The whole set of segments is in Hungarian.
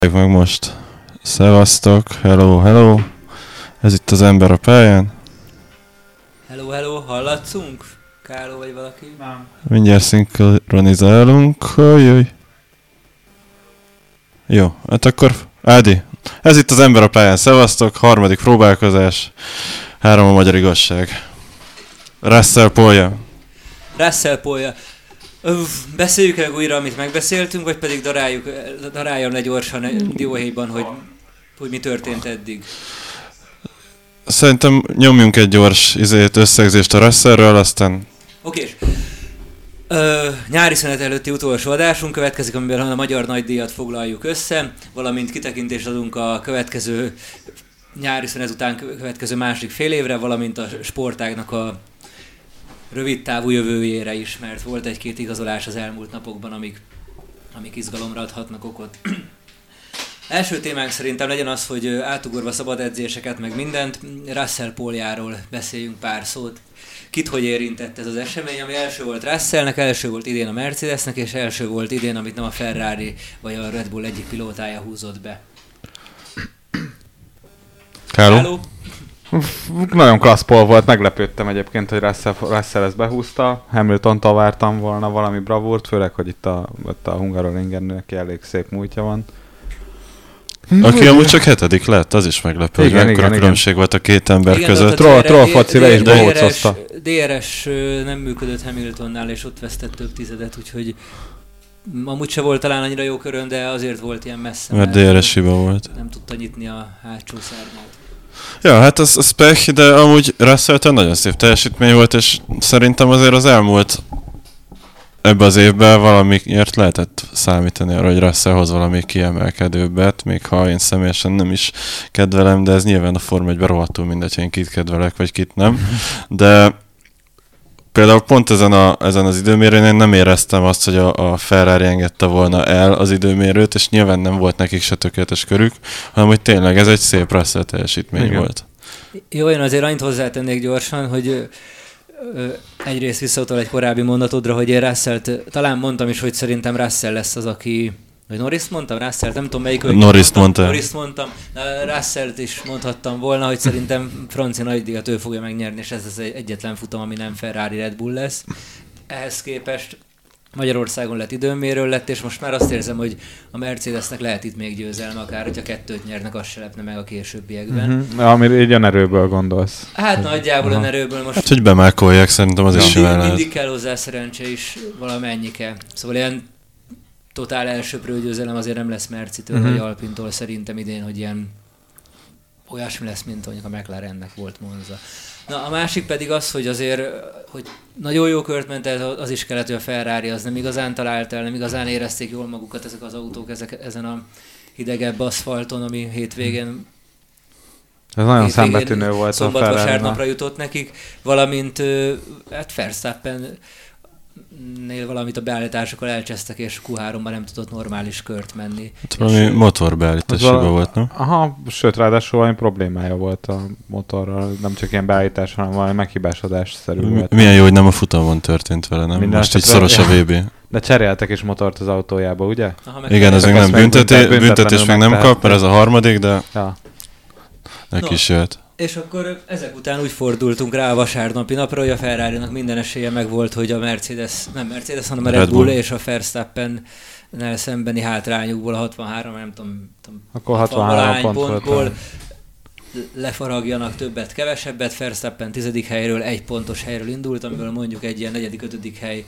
Meg most. Szevasztok, hello. Ez itt az ember a pályán. Hello, hallatszunk? Káló vagy valaki? Nem. Mindjárt szinkronizálunk. Jöjj. Jó, hát akkor Ádi. Ez itt az ember a pályán. Szevasztok, harmadik próbálkozás. 3 a magyar igazság. Russell Polja. Beszéljük el újra, amit megbeszéltünk, vagy pedig daráljon le gyorsan dióhéjban, hogy mi történt eddig? Szerintem nyomjunk egy gyors összegzést a Russellről, aztán... Okés. Nyári szünet előtti utolsó adásunk következik, amiben a magyar nagydíjat foglaljuk össze, valamint kitekintést adunk a következő nyári szünet után következő másik fél évre, valamint a sportágnak a rövid távú jövőjére is, mert volt egy-két igazolás az elmúlt napokban, amik izgalomra adhatnak okot. Első témánk szerintem legyen az, hogy átugorva szabad edzéseket, meg mindent, Russell Poljáról beszéljünk pár szót. Kit hogy érintett ez az esemény, ami első volt Russellnek, első volt idén a Mercedesnek, és első volt idén, amit nem a Ferrari vagy a Red Bull egyik pilótája húzott be. Káló? Nagyon klassz pol volt, meglepődtem egyébként, hogy Russell ezt behúzta. Hamiltontól vártam volna valami bravúrt, főleg, hogy itt a Hungaroringen elég szép múltja van. Aki amúgy csak 7. lett, az is meglepő, hogy mekkora különbség volt a két ember között. Troll foci le is bohócozta. DRS nem működött Hamiltonnál, és ott vesztett több tizedet, úgyhogy amúgy se volt talán annyira jó körön, de azért volt ilyen messze. Mert DRS hiba volt. Nem tudta nyitni a hátsó szárnyát. Ja, hát az pech, de amúgy Russell-től nagyon szép teljesítmény volt, és szerintem azért az elmúlt ebben az évben valamiért lehetett számítani arra, hogy Russell hoz valami kiemelkedőbbet, még ha én személyesen nem is kedvelem, de ez nyilván a Forma 1-ben rohadtul mindegy, hogy én kit kedvelek, vagy kit nem. De például pont ezen az időmérőn én nem éreztem azt, hogy a Ferrari engedte volna el az időmérőt, és nyilván nem volt nekik se tökéletes körük, hanem hogy tényleg ez egy szép Russell teljesítmény volt. Jó, én azért annyit hozzátennék gyorsan, hogy egyrészt visszautal egy korábbi mondatodra, hogy én Russellt, talán mondtam is, hogy szerintem Russell lesz az, aki... Vagy Norris mondtam? Russellt? Nem tudom melyik. Norris mondtam. Russellt is mondhattam volna, hogy szerintem francia nagydíjat ő fogja megnyerni, és ez az egyetlen futam, ami nem Ferrari Red Bull lesz. Ehhez képest Magyarországon lett időmérő lett, és most már azt érzem, hogy a Mercedesnek lehet itt még győzelme, akár hogyha 2 nyernek, az se lepne meg a későbbiekben. Amire így önerőből gondolsz. Hát nagyjából önerőből most... Hát, hogy bemákolják, szerintem az is simán lehet. Mindig kell hozzá szerencse is valamennyike. Szóval ilyen totál elsöprő győzelem azért nem lesz Mercitől vagy Alpintól szerintem idén, hogy ilyen olyasmi lesz, mint mondjuk a McLarennek volt Monza. Na, a másik pedig az, hogy azért, hogy nagyon jó kört ment, az is kellett, hogy a Ferrari az nem igazán talált el, nem igazán érezték jól magukat ezek az autók ezen a hidegebb aszfalton, ami hétvégén ez nagyon szembetűnő volt a szombat-vasárnapra jutott nekik, valamint hát Verstappen valamit a beállításokkal elcsesztek, és Q3-ban nem tudott normális kört menni. Hát valami motorbeállításban volt, nem? Aha, sőt, ráadásul valami problémája volt a motorral, nem csak ilyen beállítás, hanem valami meghibásodás-szerű volt. Milyen jó, hogy nem a futamon történt vele, nem? Minden most így szoros a VB. De cseréltek is motort az autójába, ugye? Aha, igen, ez még nem büntetés még nem kap, mert ez a harmadik, de ja. Neki is jött. És akkor ezek után úgy fordultunk rá a vasárnapi napra, hogy a Ferrari-nak minden esélye megvolt, hogy a nem Mercedes, hanem a Red Bull és a Verstappen-nel szembeni hátrányukból a 63, nem tudom, akkor 63 pontból lefaragjanak többet, kevesebbet. Verstappen 10. helyről 1 pontos helyről indult, amiből mondjuk egy ilyen 4.-5. hely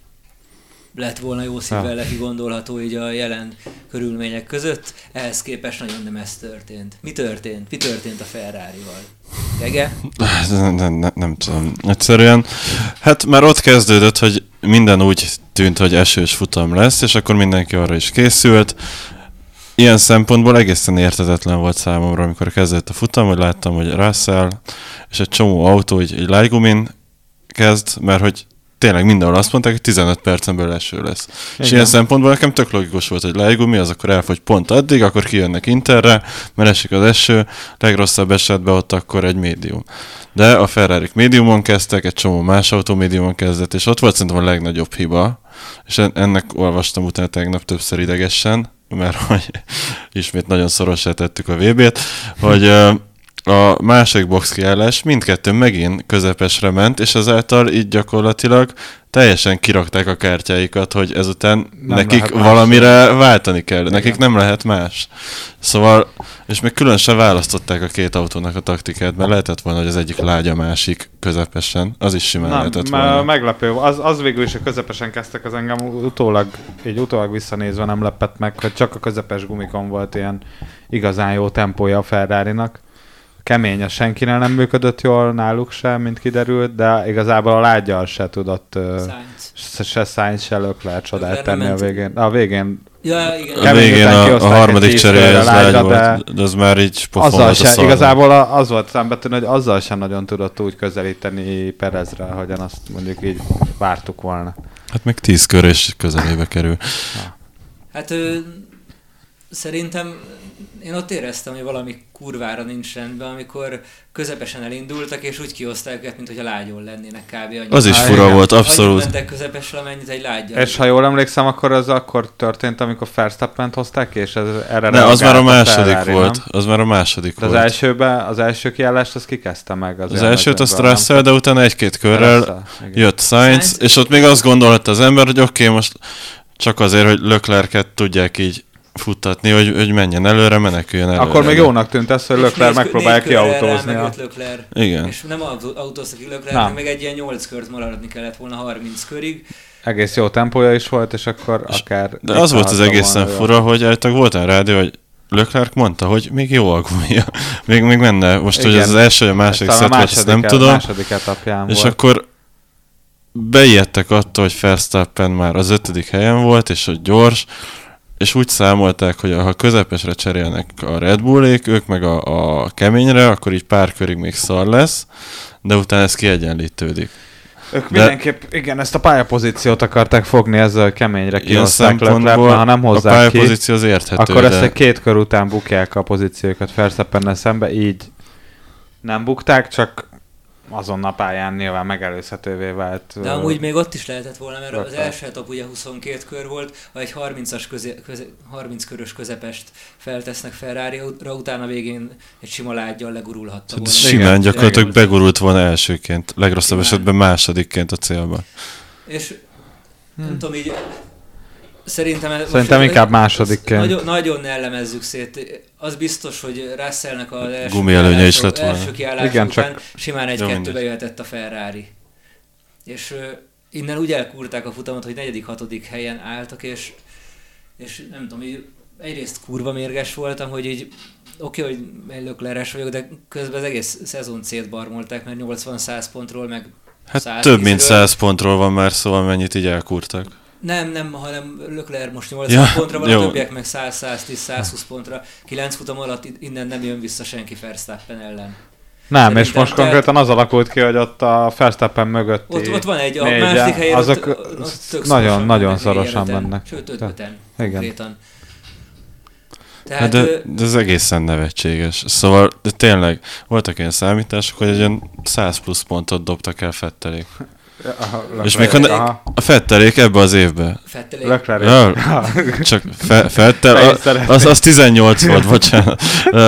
lett volna jó szívvel neki gondolható így a jelen körülmények között. Ehhez képest nagyon nem ez történt. Mi történt? Mi történt a Ferrarival? Gege? Nem tudom. Egyszerűen, hát már ott kezdődött, hogy minden úgy tűnt, hogy esős futam lesz, és akkor mindenki arra is készült. Ilyen szempontból egészen érthetetlen volt számomra, amikor kezdődött a futam, hogy láttam, hogy Russell és egy csomó autó így lájgumin kezd, mert hogy tényleg mindenhol azt mondták, hogy 15 percen belül eső lesz. Igen. És ilyen szempontból nekem tök logikus volt, hogy lájgumi, az akkor elfogy pont addig, akkor kijönnek Interre, mert esik az eső, legrosszabb esetben ott akkor egy médium. De a Ferrarik médiumon kezdtek, egy csomó más autó médiumon kezdett, és ott volt szerintem a legnagyobb hiba, és ennek olvastam utána tegnap többször idegesen, mert hogy ismét nagyon szorossá tettük a VB-t, hogy a második box kiállás mindkettő megint közepesre ment, és ezáltal így gyakorlatilag teljesen kirakták a kártyáikat, hogy ezután nekik valamire váltani kell, igen. Nekik nem lehet más. Szóval, és még külön sem választották a két autónak a taktikát, mert lehetett volna, hogy az egyik lágy, a másik közepesen, az is simán lehetett volna. Meglepő, az végül is a közepesen kezdtek, az engem utólag visszanézve nem lepett meg, hogy csak a közepes gumikon volt ilyen igazán jó tempója a Ferrarinak. Kemény, a senkinél nem működött jól, náluk sem, mint kiderült, de igazából a lágyal se tudott se Sainz, se Leclerc csodát tenni a végén. A végén ja, igen. A végén a harmadik cseréje az lágy volt, de az már így pofon volt a szalva. Igazából az volt szembetűnő, hogy azzal sem nagyon tudott úgy közelíteni Perezre, ahogyan azt mondjuk így vártuk volna. Hát meg 10 kör és közelébe kerül. Ja. Hát szerintem én ott éreztem, hogy valami kurvára nincs rendben, amikor közepesen elindultak, és úgy kihozták őket, mint hogy a lágyon lennének kb. Annyit. Az is fura volt, abszolút. Annyit mentek közepesre, amennyit egy lágyon. És ha jól emlékszem, akkor az akkor történt, amikor Verstappent hozták, és ez erre ne, az már a második Ferrari, volt. Nem? Az már a második volt. Az első kiállást azt kikezdte meg. Az elsőt azt Russell, de utána egy-két körrel jött Sainz, és ott még azt gondolta az ember, hogy oké, most csak azért, hogy Leclerc-et tudják így futtatni, hogy menjen előre, meneküljön előre. Akkor még jónak tűnt ez, hogy Leclerc megpróbálja kiautózni. Igen. És nem autóztak ki Leclerc, meg egy ilyen 8 kört maradni kellett volna 30 körig. Egész jó tempója is volt, és akkor akár... De az volt az egészen fura, hogy állítólag volt rádió, hogy Leclerc mondta, hogy még jó a gumia. még menne. Most, igen, hogy ez az első, vagy a második szett volt, ezt nem tudom. Második etapján és volt. akkor beijedtek attól, hogy Verstappen már az 5. helyen volt, és hogy gyors, és úgy számolták, hogy ha közepesre cserélnek a Red Bullék, ők meg a keményre, akkor így pár körig még szar lesz, de utána ez kiegyenlítődik. Ők mindenképp, igen, ezt a pályapozíciót akarták fogni, ezzel keményre kihozták Leclerc, ha nem hozzák a pályapozíció az érthető, akkor ezt egy 2 kör után bukják a pozíciókat Verstappennel szembe, így nem bukták, csak azon a pályán nyilván megelőzhetővé vált. De amúgy még ott is lehetett volna, mert az első etap ugye 22 kör volt, ha egy 30 körös közepest feltesznek Ferrari-ra, utána végén egy sima lággyal legurulhatta volna. Simán gyakorlatilag begurult volna elsőként, legrosszabb esetben másodikként a célban. És nem tudom így... Szerintem inkább másodikként. Nagyon elemezzük szét. Az biztos, hogy Russellnek az első kiállás után csak simán 1-2-be jöhetett a Ferrari. És innen úgy elkúrták a futamot, hogy 4.-6. helyen álltak, és nem tudom, így egyrészt kurva mérges voltam, hogy így oké, hogy Leclerc vagyok, de közben az egész szezon szétbarmolták, mert 80-100 pontról meg 100. Hát több mint 100 pontról van már, szóval mennyit így elkúrtak. Nem, hanem Leclerc most 80 pontra van, a többiek meg 100-110-120 pontra. 9 futam alatt innen nem jön vissza senki Verstappen ellen. Nem, szerintem, és most konkrétan az alakult ki, hogy ott a Verstappen mögötti ott van egy, a második helyen azok ott nagyon szorosan mennek. Sőt, 5-5-en konkrétan. Tehát, de ez egészen nevetséges. Szóval de tényleg voltak ilyen számítások, hogy egy ilyen 100 plusz pontot dobtak el Vettelék. És még a Vettelék ebbe az évbe. Csak Vettel, az 18 volt, bocsánat.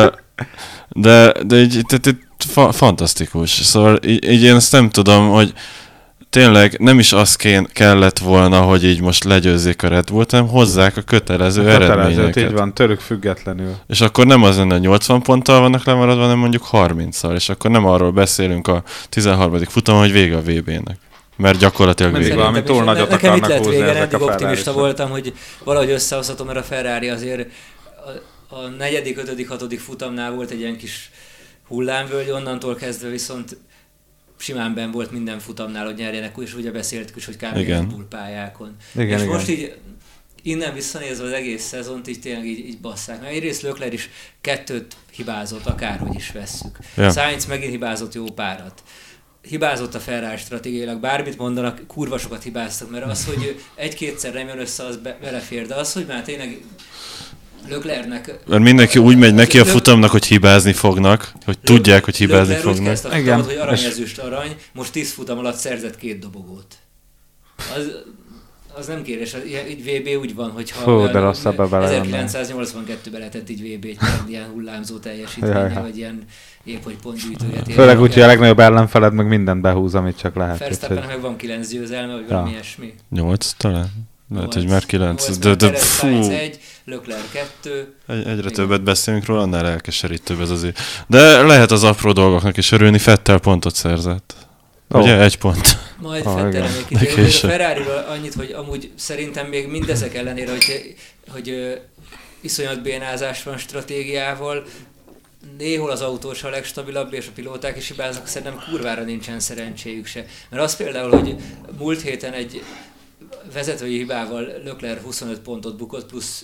De így fantasztikus. Szóval így én ezt nem tudom, hogy tényleg nem is az kellett volna, hogy így most legyőzzék a Red Bullt, hanem hozzák a kötelező eredményeket. Így van, tőlük függetlenül. És akkor nem az lenne, 80 ponttal vannak lemaradva, hanem mondjuk 30-szal, és akkor nem arról beszélünk a 13. futamon, hogy vége a VB-nek. Mert gyakorlatilag vége. Valami túl nagyot akarnak húzni ezek a Ferrari. Eddig optimista voltam, hogy valahogy összehozhatom, mert a Ferrari azért a 4., 5., 6. futamnál volt egy ilyen kis hullámvölgy, onnantól kezdve viszont simán benn volt minden futamnál, hogy nyerjenek, és ugye beszéltük is, hogy kb. Red Bull pályákon. Igen, most így innen visszanézve az egész szezont így tényleg így basszák. Mert egyrészt Leclerc is 2 hibázott, akárhogy is vesszük. Ja. Sainz megint hibázott jó párat. Hibázott a Ferrari stratégiailag, bármit mondanak, kurva sokat hibáztak, mert az, hogy 1-2-szer nem jön össze, az belefér, de az, hogy már tényleg Leclercnek... Mert mindenki úgy megy neki a futamnak, hogy hibázni fognak, hogy tudják, hogy hibázni fognak. Leclerc úgy kezdte a futamot, hogy arany-ezüst arany, most 10 futam alatt szerzett 2 dobogót. az nem kérdés, így VB úgy van, hogyha Fú, de rossz ebbe bele 1982-ben lehetett így VB-t nyerni, ilyen hullámzó teljesítménye, vagy ilyen épp hogy pontgyűjtőget. Főleg úgy, hogy a legnagyobb ellenfeled meg mindent behúz, amit csak lehet. Verstappennek meg van 9 győzelme, vagy valami ilyesmi. 8 talán? Lehet, hogy már 9. De Sainz 1, Leclerc 2. Egyre többet beszélünk róla, annál elkeserítőbb ez azért. De lehet az apró dolgoknak is örülni, Vettel pontot szerzett. Ugye? 1 pont. Majd Vettel még kitérünk. A Ferrariról annyit, hogy amúgy szerintem még mindezek ellenére, hogy iszonyat bénázás van stratégiával, néhol az autós a legstabilabb, és a pilóták is hibáznak, szerintem kurvára nincsen szerencséjük se. Mert az például, hogy múlt héten egy vezetői hibával Leclerc 25 pontot bukott, plusz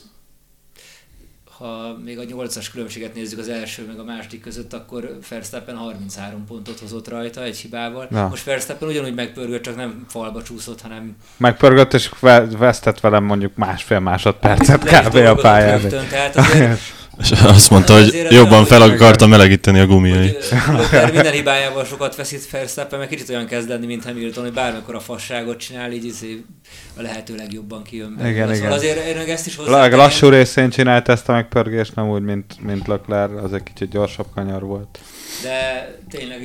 ha még a 8-as különbséget nézzük az első meg a második között, akkor Verstappen 33 pontot hozott rajta egy hibával. Na. Most Verstappen ugyanúgy megpörgött, csak nem falba csúszott, hanem... Megpörgött, és vesztett velem mondjuk 1,5 másodpercet kb. A pályán. És azt mondta, hogy jobban fel akarta melegíteni a gumiai. Minden hibájával sokat veszít Verstappen, meg kicsit olyan kezd lenni, mint Hamilton, hogy bármikor a fasságot csinál, így a lehető legjobban kijön be. Igen, szóval azért én ezt is hozzá... Lassú részén csinált ezt a megpörgést, nem úgy, mint Leclerc, az egy kicsit gyorsabb kanyar volt. De tényleg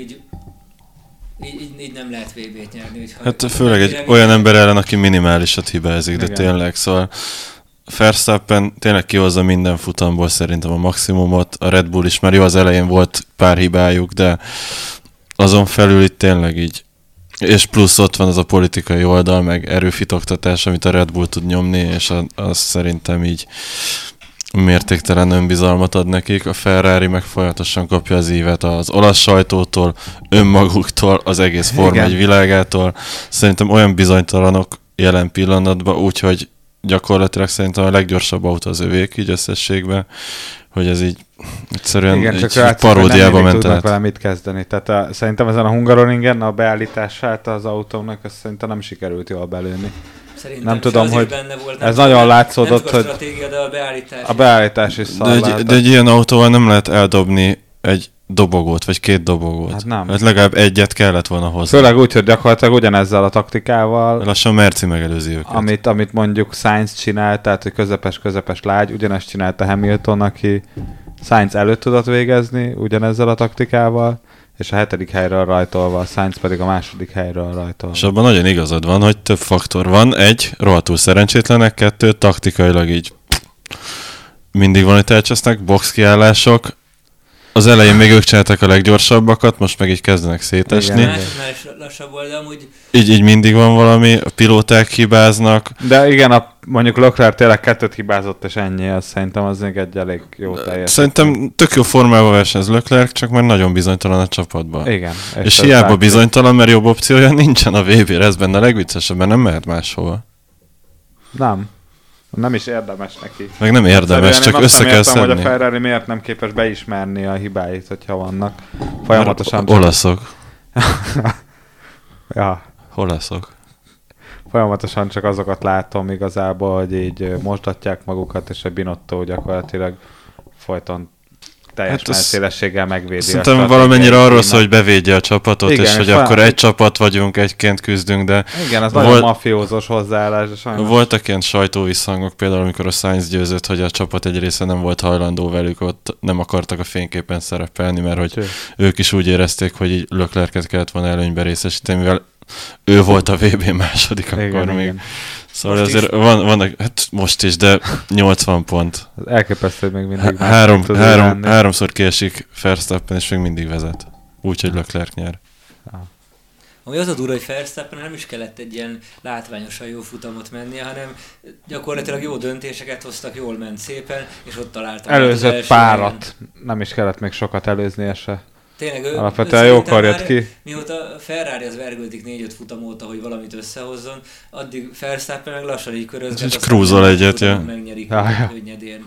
így nem lehet VB-t nyerni. Hát főleg egy olyan ember ellen, aki minimálisat hibázik, de tényleg, szóval Verstappen tényleg kihozza minden futamból szerintem a maximumot. A Red Bull is már jó, az elején volt pár hibájuk, de azon felül itt tényleg így. És plusz ott van az a politikai oldal, meg erőfitoktatás, amit a Red Bull tud nyomni, és az szerintem így mértéktelen önbizalmat ad nekik. A Ferrari meg folyamatosan kapja az ívet az olasz sajtótól, önmaguktól, az egész Forma 1 világától. Szerintem olyan bizonytalanok jelen pillanatban, úgyhogy gyakorlatilag szerintem a leggyorsabb autó az övék így összességben, hogy ez így egyszerűen igen, egy paródiába ment át. Vele mit kezdeni. Tehát szerintem ezen a Hungaroringen a beállítását az autónak azt szerintem nem sikerült jól belőni. Szerintem nem tudom, hogy benne volt, ez nagyon látszódott, hogy a stratégia, de a beállítás is szar. De egy ilyen autóval nem lehet eldobni egy dobogót, vagy 2 dobogót. Hát nem. Hát legalább egyet kellett volna hozzá. Főleg úgy, hogy gyakorlatilag ugyanezzel a taktikával, lassan Merci megelőzi őket. Amit mondjuk Sainz csinált, tehát hogy közepes lágy, ugyanezt csinálta Hamilton, aki Sainz előtt tudott végezni ugyanezzel a taktikával, és a 7. helyről rajtolva, a Sainz pedig a 2. helyről rajtolva. És abban nagyon igazad van, hogy több faktor van. 1, rohadtul szerencsétlenek, 2, taktikailag így mindig van, hogy elcsesznek, boxkiállások. Az elején még ők csináltak a leggyorsabbakat, most meg így kezdenek szétesni. Másnál is lassabb volt, de amúgy... Így mindig van valami, a pilóták hibáznak. De igen, mondjuk Leclerc tényleg 2 hibázott, és ennyi, az szerintem az még egy elég jó teljesítmény. Szerintem tök jó formában versenyez Leclerc, csak már nagyon bizonytalan a csapatban. Igen. És hiába bizonytalan, mert jobb opciója nincsen a VB-re, ez benne a legviccesebb, mert nem mehet máshova. Nem is érdemes neki. Meg nem érdemes, csak össze kell szedni. Hogy a Ferrari miért nem képes beismerni a hibáit, hogyha vannak. Folyamatosan... Olaszok. Ja. Olaszok. Folyamatosan csak azokat látom igazából, hogy így mosdatják magukat, és a Binotto gyakorlatilag folyton teljes szélességgel megvédi. Szerintem valamennyire arról szól, hogy bevédje a csapatot, igen, és hogy akkor egy csapat vagyunk, egyként küzdünk, de... Igen, az nagyon mafiózós hozzáállás. Voltak ilyen sajtóvisszhangok, például amikor a Sainz győzött, hogy a csapat egy része nem volt hajlandó velük, ott nem akartak a fényképen szerepelni, mert hogy ők is úgy érezték, hogy így Leclerc-et kellett volna előnybe részesíteni, mivel ő volt a VB második, igen, akkor még... Igen. Szóval most azért vannak, hát most is, de 80 pont. Elképesztő, hogy még mindig háromszor kiesik Verstappen, és még mindig vezet. Úgyhogy Leclerc nyer. Ami az a durva, hogy Verstappen nem is kellett egy ilyen látványosan jó futamot mennie, hanem gyakorlatilag jó döntéseket hoztak, jól ment szépen, és ott találtam. Előzött párat, nem is kellett még sokat előznie se. Tényleg alapvetően jókor jött ki. Mióta Ferrari az vergődik 4-5 futam óta, hogy valamit összehozzon, addig Verstappen meg lassan így körözget. És krúzol egyet, ja. Megnyerik könnyedén.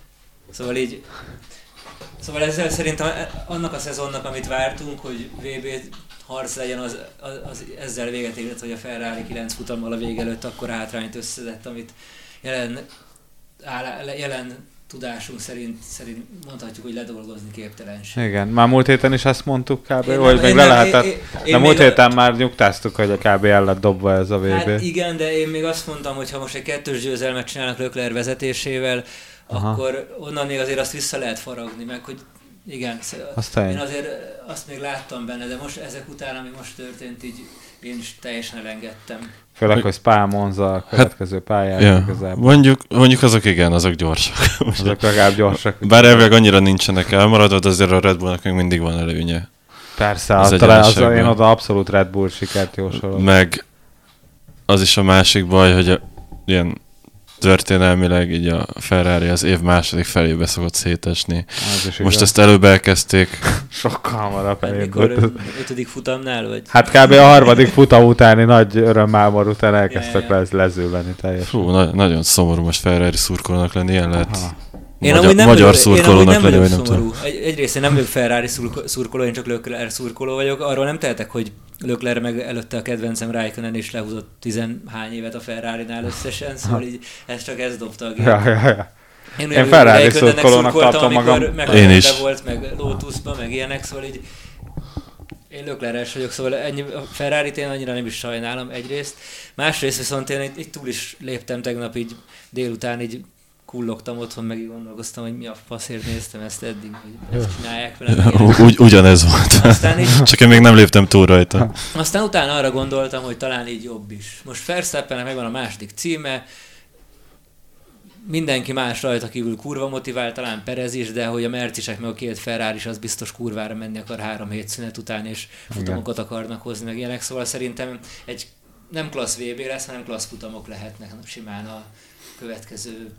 Szóval ezzel szerintem annak a szezonnak, amit vártunk, hogy VB harc legyen, az ezzel véget érett, hogy a Ferrari 9 futammal a vége előtt akkor hátrányt összedett, amit jelen tudásunk szerint mondhatjuk, hogy ledolgozni képtelenség. Igen, már múlt héten is ezt mondtuk kb. Én Hogy nem- még én le nem- lehetett. én De múlt még héten már nyugtáztuk, hogy a kb. El lett dobva ez a VB. Hát igen, de én még azt mondtam, hogy ha most egy 2-s győzelmet csinálnak Leclerc vezetésével, Aha. akkor onnan még azért azt vissza lehet faragni, meg hogy igen, én azért azt még láttam benne, de most ezek után, ami most történt, így én is teljesen elengedtem. Főleg, hogy Spa Monza a következő pályán Ja. igazából. Mondjuk azok igen, azok gyorsak. Azok legalább gyorsak. Bár elvileg annyira nincsenek elmaradva, de azért a Red Bullnak még mindig van előnye. Persze, az én oda abszolút Red Bull sikert jósolom. Meg az is a másik baj, hogy ilyen történelmileg így a Ferrari az év második felébe szokott szétesni. Most ezt előbb elkezdték. Sokkal hamarabb Mikor elindult. 5. futamnál vagy? Hát kb. A harmadik futam utáni nagy örömmámor után elkezdtek lezőleni teljesen. Fú, nagyon szomorú most Ferrari szurkolónak lenni, ilyen lehet. Aha. Magyar szurkolónak lenni, vagy nem szomorú. tudom. Egyrészt én nem vagyok Ferrari szurkoló, én csak Leclerc szurkoló vagyok. Arról nem tehetek, hogy Leclerc meg előtte a kedvencem Raikkonen is lehúzott 10-hány évet a Ferrari-nál összesen, szóval így ez dobta a gépet. Ja. Én Ferrari szurkolónak tartom magam. Én is. Volt, meg Lotusban, meg ilyenek, szóval így én Leclerc vagyok, szóval ennyi, a Ferrarit én annyira nem is sajnálom egyrészt. Másrészt viszont én így túl is léptem tegnap, így délután így kullogtam otthon, meg így gondolkoztam, hogy mi a faszért néztem ezt eddig, hogy ezt csinálják velem. Ugyanez volt. Aztán így, Csak én még nem léptem túl rajta. aztán utána arra gondoltam, hogy talán így jobb is. Most Verstappennek megvan a második címe, mindenki más rajta kívül kurva motivál, talán Perez is, de hogy a Mercisek meg a két Ferrari is az biztos kurvára menni akar 3 hét szünet után, és futamokat akarnak hozni, meg ilyenek. Szóval szerintem egy nem klassz VB lesz, hanem klassz futamok lehetnek simán a következő.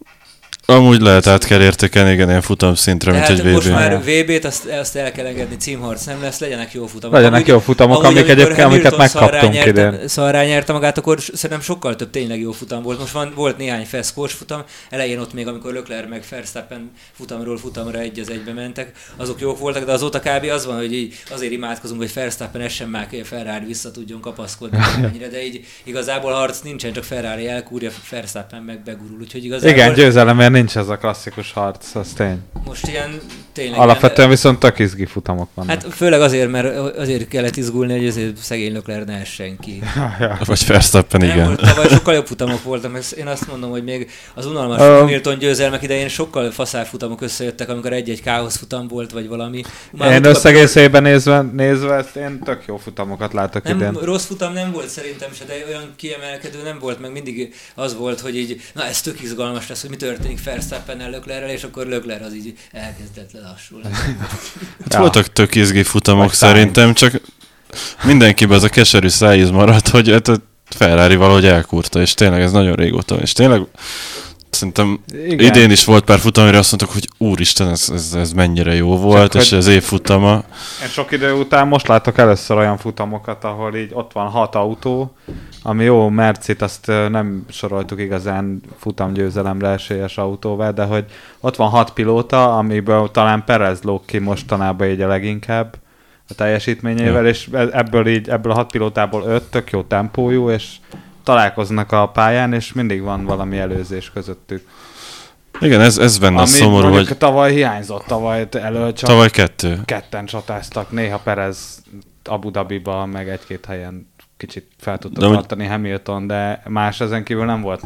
Amúgy lehet át kell értékelni, igen, ilyen futamszintre, mint egy VB. Most már VB-t azt el kell engedni, címharc nem lesz, legyenek jó futamok. Legyenek jó futamok, amik egyébként, amiket megkaptunk idén. Szarrá nyerte magát, akkor szerintem sokkal több tényleg jó futam volt. Most volt néhány feszkós futam, elején ott még, amikor Leclerc meg Verstappen futamról futamra egy az egybe mentek, azok jók voltak, de azóta kb. Az van, hogy így azért imádkozunk, hogy Verstappen essen már, hogy Ferrari vissza tudjon kapaszkodni mennyire, de így igazából harc nincsen, csak Ferrari elkúrja, Verstappen meg begurul, úgyhogy igazából... Igen, győzelemért nincs ez a klasszikus harc, az tény. Most ilyen tényleg... Alapvetően viszont tök izgi futamok vannak. Hát főleg azért, mert azért kellett izgulni, hogy azért szegény Leclerc ne essen ki. Vagy Verstappen, igen. Tavaly sokkal jobb futamok voltak, mert én azt mondom, hogy még az unalmas Hamilton győzelmek idején sokkal faszább futamok összejöttek, amikor egy-egy káosz futam volt, vagy valami. Én összegészében nézve ezt én tök jó futamokat látok nem, idén. Rossz futam nem volt szerintem se, de olyan kiemelkedő nem volt, meg mindig az volt, hogy így, na ez tök izgalmas lesz, hogy mi történik Verstappennel, Leclerrel, és akkor Leclerc az így elkezdett lelassulni. Hát voltak tök izgi futamok szerintem, csak mindenkiben az a keserű szájíz maradt, hogy a Ferrari valahogy elkúrta, és tényleg ez nagyon régóta van. És tényleg szerintem idén is volt pár futam, amire azt mondtak, hogy úristen, ez mennyire jó volt, csak és ez évfutama. Én sok idő után most látok először olyan futamokat, ahol így ott van 6 autó, ami jó, Mercit azt nem soroltuk igazán futamgyőzelemre esélyes autóval, de hogy ott van 6 pilóta, amiből talán Perez lóg ki mostanában így a leginkább a teljesítményével, ja. És ebből a 6 pilótából 5 tök jó tempójú, és találkoznak a pályán, és mindig van valami előzés közöttük. Igen, ez benne a szomorú, hogy... Tavaly hiányzott, tavaly elől csak... Tavaly 2. Ketten csatáztak, néha Perez Abu Dhabiba, meg egy-két helyen kicsit fel tudta tartani Hamilton, de más ezen kívül nem volt.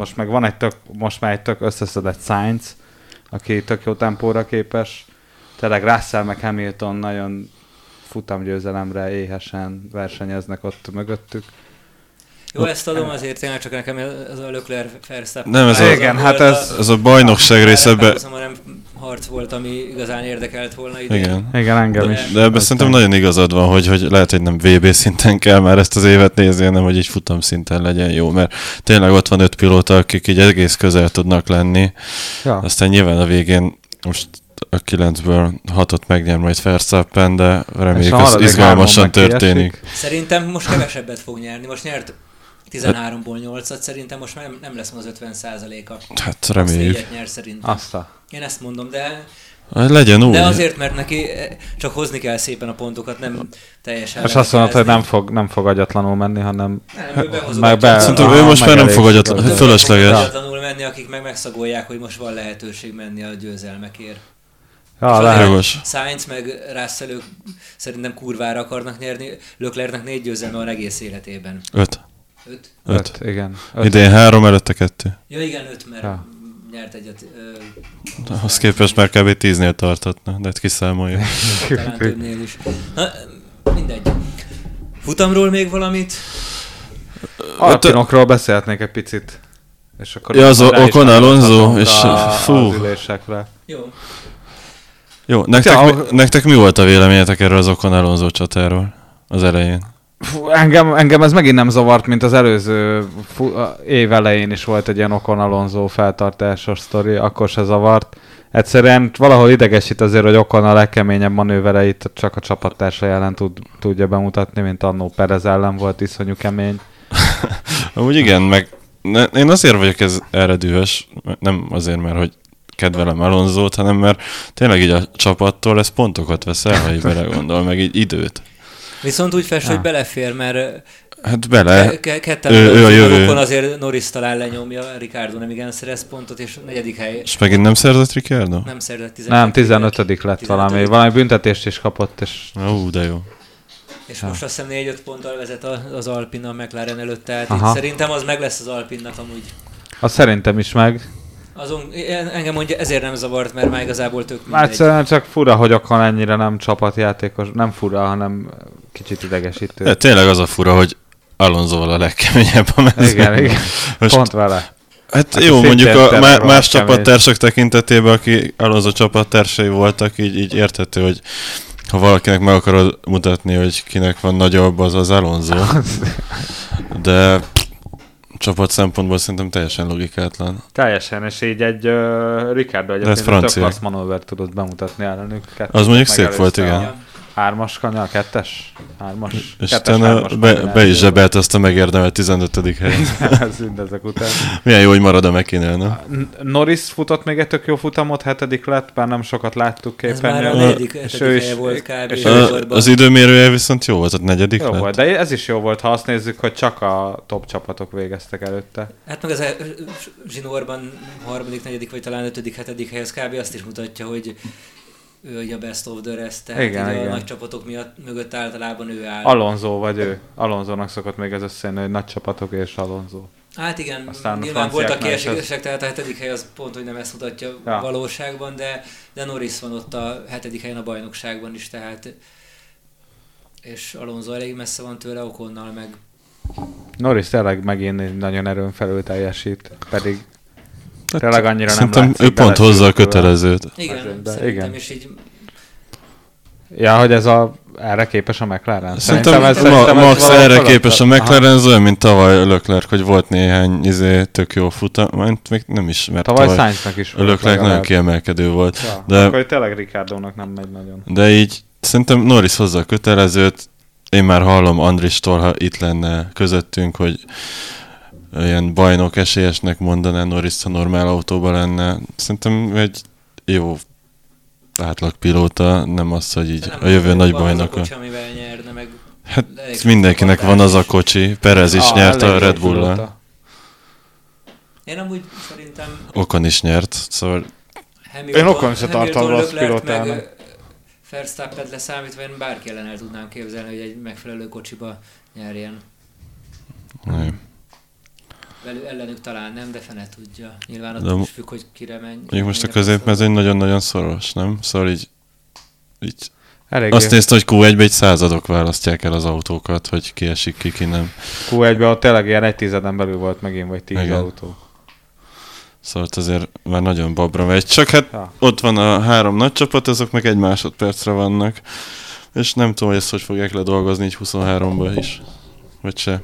Most már egy tök összeszedett Sainz, aki tök jó tempóra képes. Tényleg Russell meg Hamilton nagyon futamgyőzelemre éhesen versenyeznek ott mögöttük. Jó, ezt adom azért tényleg, csak nekem ez a Leclerc Verstappen. Nem, ez a bajnokság részebe... Nem harc volt, ami igazán érdekelt volna idén. Igen, engem is. De ebben szerintem nagyon igazad van, hogy lehet, hogy nem VB szinten kell már ezt az évet nézni, hanem hogy így futam szinten legyen jó, mert tényleg ott van 5 pilóta, akik így egész közel tudnak lenni. Ja. Aztán nyilván a végén most a 9-ből 6-ot megnyer majd Verstappen, de reméljük az izgalmasan történik. Szerintem most kevesebbet fog nyerni. Most nyert 13-ból 8-at, szerintem most nem lesz az 50%-a. Hát reméljük. Azt 4-et nyer szerintem. Én ezt mondom, de Legyen úgy. De azért, mert neki csak hozni kell szépen a pontokat, nem teljesen... És azt mondod, hogy nem fog agyatlanul menni, hanem... Nem, ő behozogatja. Szerintem ő most már nem fog agyatlanul, fölösleges. Agyatlanul menni, akik meg megszagolják, hogy most van lehetőség menni a győzelmekért. Ja, lehet. Sainz meg Russell szerintem kurvára akarnak nyerni. Leclercnek 4 győzelme van egész életében. 5. 5, igen. Idén 3, előtte 2. Ja igen, 5, mert nyert egyet. Ahhoz képest már kb. 10-nél tartottna, de kiszámoljuk. Talán többnél is. Na, mindegy. Futamról még valamit? Alpinokról beszélhetnék egy picit. És akkor ja, az Ocon Alonso, és fú. Az ülésekre. Jó, nektek mi volt a véleményetek erről az Ocon Alonso csatáról az elején? Engem ez megint nem zavart, mint az előző év elején is volt egy ilyen Ocon Alonso feltartásos sztori, akkor se zavart. Egyszerűen valahol idegesít azért, hogy Ocon a legkeményebb manővereit csak a csapattársai ellen tudja bemutatni, mint annó Perez ellen volt iszonyú kemény. Úgy igen, meg én azért vagyok erre dühös, nem azért, mert hogy kedvelem Alonsót, hanem mert tényleg így a csapattól ez pontokat vesz el, ha így belegondol, meg így időt. Viszont úgy fest, hogy belefér, mert hát bele. Ketten ő a jövő. Azért Norris talán lenyomja, Ricardo nem igen szerez pontot, és 4. hely. És megint nem szerzett Ricardo? Nem szerzett 15. lett valami büntetést is kapott, és... De jó. És most azt hiszem 4-5 ponttal vezet az Alpine a McLaren előtt, tehát szerintem az meg lesz az Alpinnak amúgy. Azt szerintem is meg. Engem mondja, ezért nem zavart, mert már igazából tök mindegy. Egyszerűen csak fura, hogy Ocon ennyire nem csapatjátékos, nem fura, hanem kicsit idegesítő. De tényleg az a fura, hogy Alonsoval a legkeményebb a mezőn. Igen, most pont vele. Hát jó, mondjuk a más csapattársak tekintetében, aki Alonso csapattársai voltak, így érthető, hogy ha valakinek meg akarod mutatni, hogy kinek van nagyobb, az Alonso. De csapat szempontból szerintem teljesen logikátlan. Teljesen, és így egy Ricardo egyébként több klassz manővert tudott bemutatni ellenük. Az mondjuk szép volt, igen. 3-as kanyar, 2-es? 3-as? És utána be is zsebelt azt a megérdemelt 15. helyet. Ez mindezek után. Milyen jó, hogy marad a McKinney, no? Norris futott még egy tök jó futamot, 7. lett, bár nem sokat láttuk képernyőn. Ez már a 4. helye volt kb. Az időmérője viszont jó volt, a 4. lett. Jó volt, de ez is jó volt, ha azt nézzük, hogy csak a top csapatok végeztek előtte. Hát meg az zsinórban 3., 4. vagy talán 5., 7. hely, az kb. Azt is mutatja, hogy ő a best of the rest, tehát igen. A nagy csapatok mögött általában ő áll. Alonso vagy ő. Alonsónak szokott még ez összejönni, hogy nagy csapatok és Alonso. Hát igen, aztán nyilván voltak kiesések, tehát a 7. hely az pont, hogy nem ezt mutatja valóságban, de Norris van ott a 7. helyen a bajnokságban is, tehát és Alonso elég messze van tőle, Oconnal meg. Norris tényleg megint nagyon erőn felül teljesít, pedig tényleg annyira nem látszik. Ő pont hozza a kötelezőt. Igen, szerintem is így. Ja, hogy erre képes a McLaren? Szerintem Max erre képes a McLaren, ez olyan, mint tavaly Leclerc, hogy volt néhány tök jó futam, még nem is, mert tavaly Sainznak is volt. Leclerc nagyon kiemelkedő volt. Ja, de akkor tényleg Ricardónak nem megy nagyon. De így szerintem Norris hozza a kötelezőt, én már hallom Andristól, ha itt lenne közöttünk, hogy ilyen bajnok esélyesnek mondaná Norris, ha normál autóban lenne. Szerintem egy jó átlagpilóta, nem az, hogy így a jövő nagy bajnoka. Az a kocsi, amivel nyerne, meg hát mindenkinek van az a kocsi. Perez is nyert a Red Bull-al. Én amúgy szerintem... Ocon is nyert, szóval... Én Ocon se tartom rossz pilótának. Verstappent leszámítva, én bárki ellen el tudnám képzelni, hogy egy megfelelő kocsiba nyerjen. Ellenük talán nem, de fene tudja. Nyilván attól is függ, hogy kire menj. Mondjuk most a középmezőny nagyon-nagyon szoros, nem? Szóval így azt nézte, hogy Q1-be egy századok választják el az autókat, hogy ki esik ki nem. Q1-ben ott tényleg ilyen 1 tizeden belül volt megint, vagy 10 autó. Szóval azért már nagyon babra megy. Csak hát ott van a 3 nagy csapat, azok meg 1 másodpercre vannak. És nem tudom, hogy ezt hogy fogják ledolgozni így 23-ban is. Vagy se.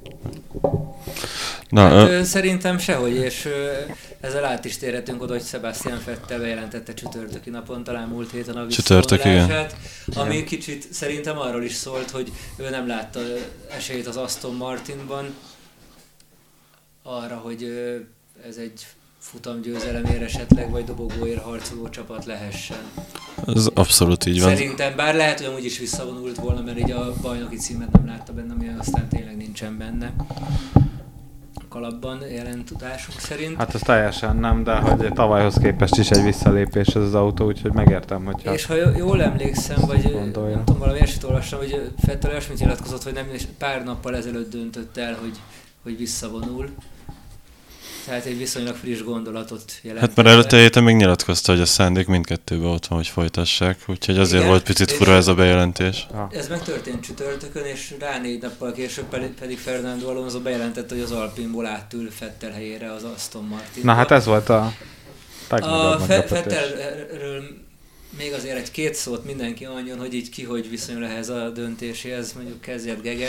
Hát, szerintem sehogy, és ezzel át is térhetünk oda, hogy Sebastian Vettel bejelentette csütörtöki napon, talán múlt héten a visszavonulását, ami kicsit szerintem arról is szólt, hogy ő nem látta esélyt az Aston Martinban arra, hogy ez egy futamgyőzelemért esetleg, vagy dobogóért harcoló csapat lehessen. Ez abszolút így van. Szerintem, bár lehet, hogy amúgy is visszavonult volna, mert így a bajnoki címet nem látta benne, ami aztán tényleg nincsen benne a kalapban jelen tudásunk szerint. Hát ez teljesen nem, de hogy tavalyhoz képest is egy visszalépés ez az autó, úgyhogy megértem, hogyha... És ha jól emlékszem, vagy gondolja. Nem tudom, valami eset olvastam, hogy Vettel olyasmit nyilatkozott, hogy nem, és pár nappal ezelőtt döntött el, hogy visszavonul. Tehát egy viszonylag friss gondolatot jelent. Hát mert előtte héten még nyilatkozta, hogy a szándék mindkettőben ott van, hogy folytassák, úgyhogy azért igen, volt picit fura ez a bejelentés. Ez megtörtént csütörtökön, és rá 4 nappal később pedig Fernando Alonso bejelentette, hogy az Alpinból átül Vettel helyére az Aston Martin. Na hát ez volt a Vettelről még azért 1-2 szót mindenki mondjon, hogy így ki hogy viszonyul ehhez a döntéséhez, mondjuk kezdjed Gege.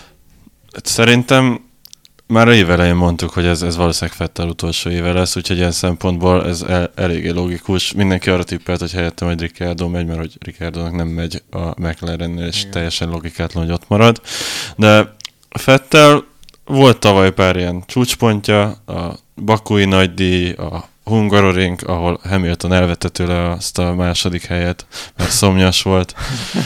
Szerintem már a év elején mondtuk, hogy ez valószínűleg Vettel utolsó éve lesz, úgyhogy ilyen szempontból ez eléggé logikus. Mindenki arra tippelt, hogy helyette majd Ricciardo megy, mert hogy Ricciardónak nem megy a McLarennél, és teljesen logikátlan, hogy ott marad. De Vettel volt tavaly pár ilyen csúcspontja, a bakui nagydíj, a Hungaroring, ahol Hamilton elvette tőle azt a második helyet, mert szomjas volt.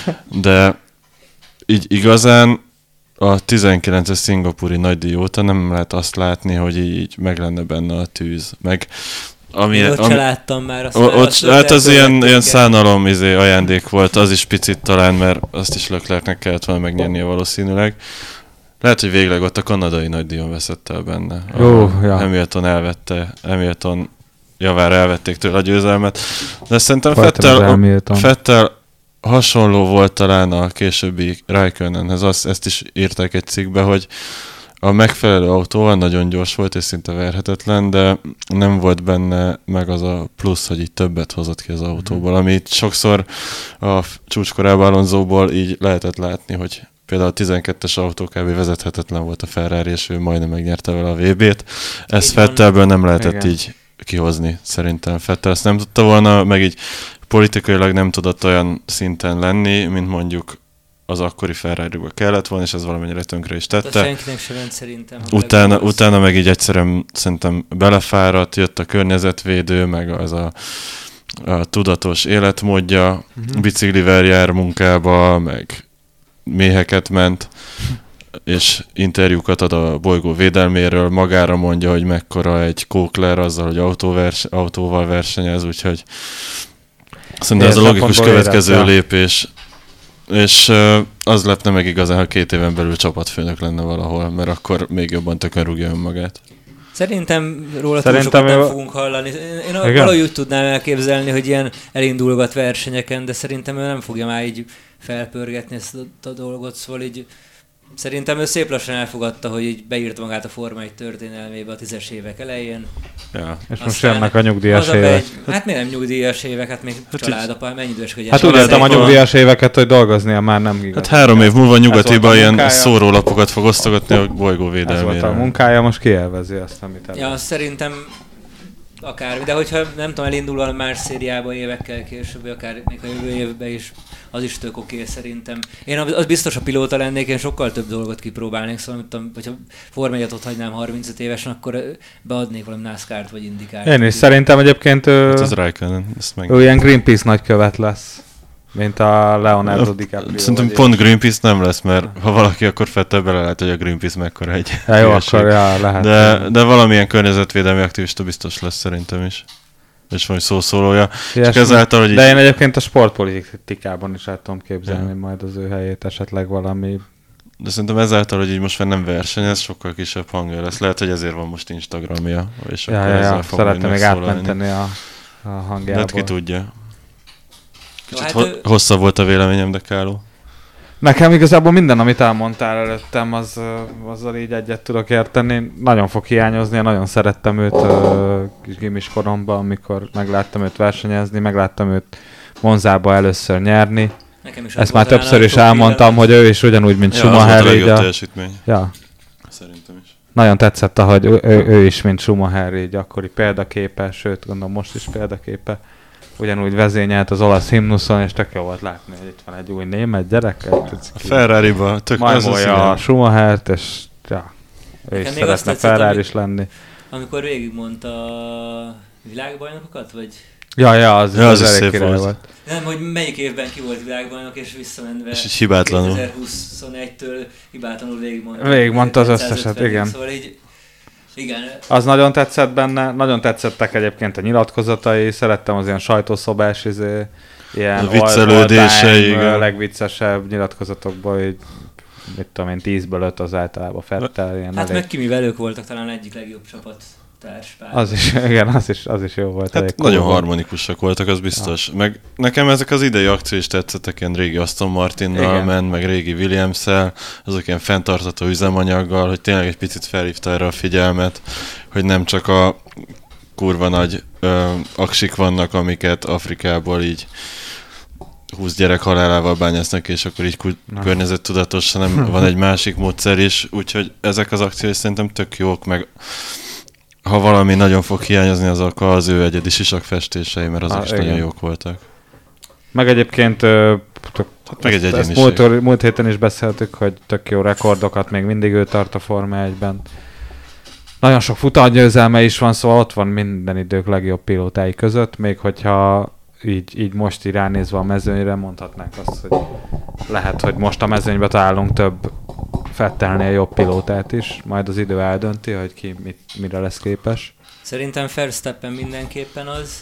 De így igazán a 19-es szingapúri nagydíj óta nem lehet azt látni, hogy így meg lenne benne a tűz. Meg ott se láttam már. Hát az ilyen szánalom ajándék volt, az is picit talán, mert azt is Leclercnek kellett volna megnyernie valószínűleg. Lehet, hogy végleg ott a kanadai nagydíjon veszett el benne. Hamilton elvette, Hamilton javára elvették tőle a győzelmet. De szerintem Vettel hasonló volt talán a későbbi Raikkonenhez, ezt is írták egy cikkbe, hogy a megfelelő autóval nagyon gyors volt és szinte verhetetlen, de nem volt benne meg az a plusz, hogy így többet hozott ki az autóból, amit sokszor a csúcskorában Alonsóból így lehetett látni, hogy például a 12-es autó kb. Vezethetetlen volt a Ferrari, és ő majdnem megnyerte vele a VB-t. Ezt Vettelből nem lehetett így kihozni, szerintem. Vettel ezt nem tudta volna, meg így politikailag nem tudott olyan szinten lenni, mint mondjuk az akkori Ferrari-ba kellett volna, és ez valamennyire tönkre is tette. Senkinek se ment szerintem. Utána meg így egyszerűen szerintem belefáradt, jött a környezetvédő, meg az a tudatos életmódja, biciklivel jár munkába, meg méheket ment, és interjúkat ad a bolygó védelméről, magára mondja, hogy mekkora egy kókler azzal, hogy autóval versenyez, úgyhogy szerintem ez a logikus következő lépés. És az lepne meg igazán, ha 2 éven belül csapatfőnök lenne valahol, mert akkor még jobban tökön rúgja önmagát. Szerintem róla túl sokat nem fogunk hallani. Én valahogy úgy tudnám elképzelni, hogy ilyen elindulgat versenyeken, de szerintem ő nem fogja már így felpörgetni ezt a dolgot, szóval így szerintem ő szép lassan elfogadta, hogy így beírt magát a Forma 1 történelmébe a 10-es évek elején. Ja. És most jönnek a nyugdíjas évek. Hát miért nem nyugdíjas évek? Hát még családapa, mennyi idős, hogy hát úgy értem a nyugdíjas éveket, hogy dolgoznia már nem igaz. Hát 3 év múlva nyugatiban ilyen szórólapokat fog osztogatni a bolygó védelmére. Ez volt a munkája, most kielvezi azt, amit elvez. Ja, szerintem akármi, de hogyha nem tudom, elindul valami más szériában évekkel később, vagy akár még a jövő évben is, az is tök oké szerintem. Én az biztos a pilóta lennék, én sokkal több dolgot kipróbálnék, szóval hogyha Forma 1-et ott hagynám 35 évesen, akkor beadnék valami NASCAR-t vagy IndyCar-t. Én is szerintem egyébként ő ilyen Greenpeace nagykövet lesz, mint a Leonardo DiCaprio. Szerintem pont Greenpeace nem lesz, mert ha valaki, akkor Vettel bele lehet, hogy a Greenpeace mekkora egy jó, akkor lehet. De valamilyen környezetvédelmi aktivista biztos lesz szerintem is. És van szószólója. Ezáltal, hogy de én egyébként a sportpolitikában is el tudom képzelni majd az ő helyét, esetleg valami. De szerintem ezáltal, hogy így most már nem versenyez, sokkal kisebb hangja lesz. Lehet, hogy ezért van most Instagramja. És akkor szeretne még átmenteni a hangjából. De ki tudja. Kicsit hosszabb volt a véleményem, de Káló. Nekem igazából minden, amit elmondtál előttem, azzal így egyet tudok érteni. Nagyon fog hiányozni, nagyon szerettem őt kis gimis koromban, amikor megláttam őt versenyezni, megláttam őt Monzába először nyerni. Ezt már többször is elmondtam, hogy ő is ugyanúgy, mint Schumacher. Az volt a legjobb teljesítmény. Ja. Szerintem is. Nagyon tetszett, ahogy ő is, mint Schumacher, így akkori példaképe, sőt, gondolom most is példaképe. Ugyanúgy vezényelt az olasz himnuszon, és tök jó volt látni, hogy itt van egy új német gyerek. A Ferrari-ba. Majmolja a Schumachert, és ja, ő is szeretne Ferrari is lenni. amikor végigmondta a világbajnokokat, vagy... Ja, az is elég szép király volt. Nem, hogy melyik évben ki volt világbajnok, és visszamenve és így hibátlanul. 2021-től hibátlanul végigmondta. Végigmondta az összeset, igen. Szóval így, igen. Az nagyon tetszett benne, nagyon tetszettek egyébként a nyilatkozatai, szerettem az ilyen sajtószobás, ilyen a viccelődései, legviccesebb nyilatkozatokból, így, mit tudom én, 10-ből 5 az általában Vettel. Ilyen hát meg Kimivel ők voltak talán egyik legjobb csapat. Az is, igen, az is jó volt. Hát nagyon harmonikusak voltak, az biztos. Meg nekem ezek az idei akciók is tetszettek, ilyen régi Aston Martinnal ment, meg régi Williams-szel, azok ilyen fenntartható üzemanyaggal, hogy tényleg egy picit felhívta erre a figyelmet, hogy nem csak a kurva nagy aksik vannak, amiket Afrikából így 20 gyerek halálával bányásznak, és akkor így környezettudatos, hanem van egy másik módszer is, úgyhogy ezek az akciók szerintem tök jók, meg ha valami nagyon fog hiányozni, az akkor az ő egyedi sisakfestései, mert azok is igen. Nagyon jók voltak. Meg egyébként meg egy egyéniség. Múlt héten is beszéltük, hogy tök jó rekordokat még mindig ő tart a Forma 1-ben. Nagyon sok futamgyőzelme is van, szóval ott van minden idők legjobb pilótái között, még hogyha így most így ránézve a mezőnyre mondhatnánk azt, hogy lehet, hogy most a mezőnybe találunk több Vettelnél jobb pilótát is, majd az idő eldönti, hogy ki mire lesz képes. Szerintem Verstappen mindenképpen az.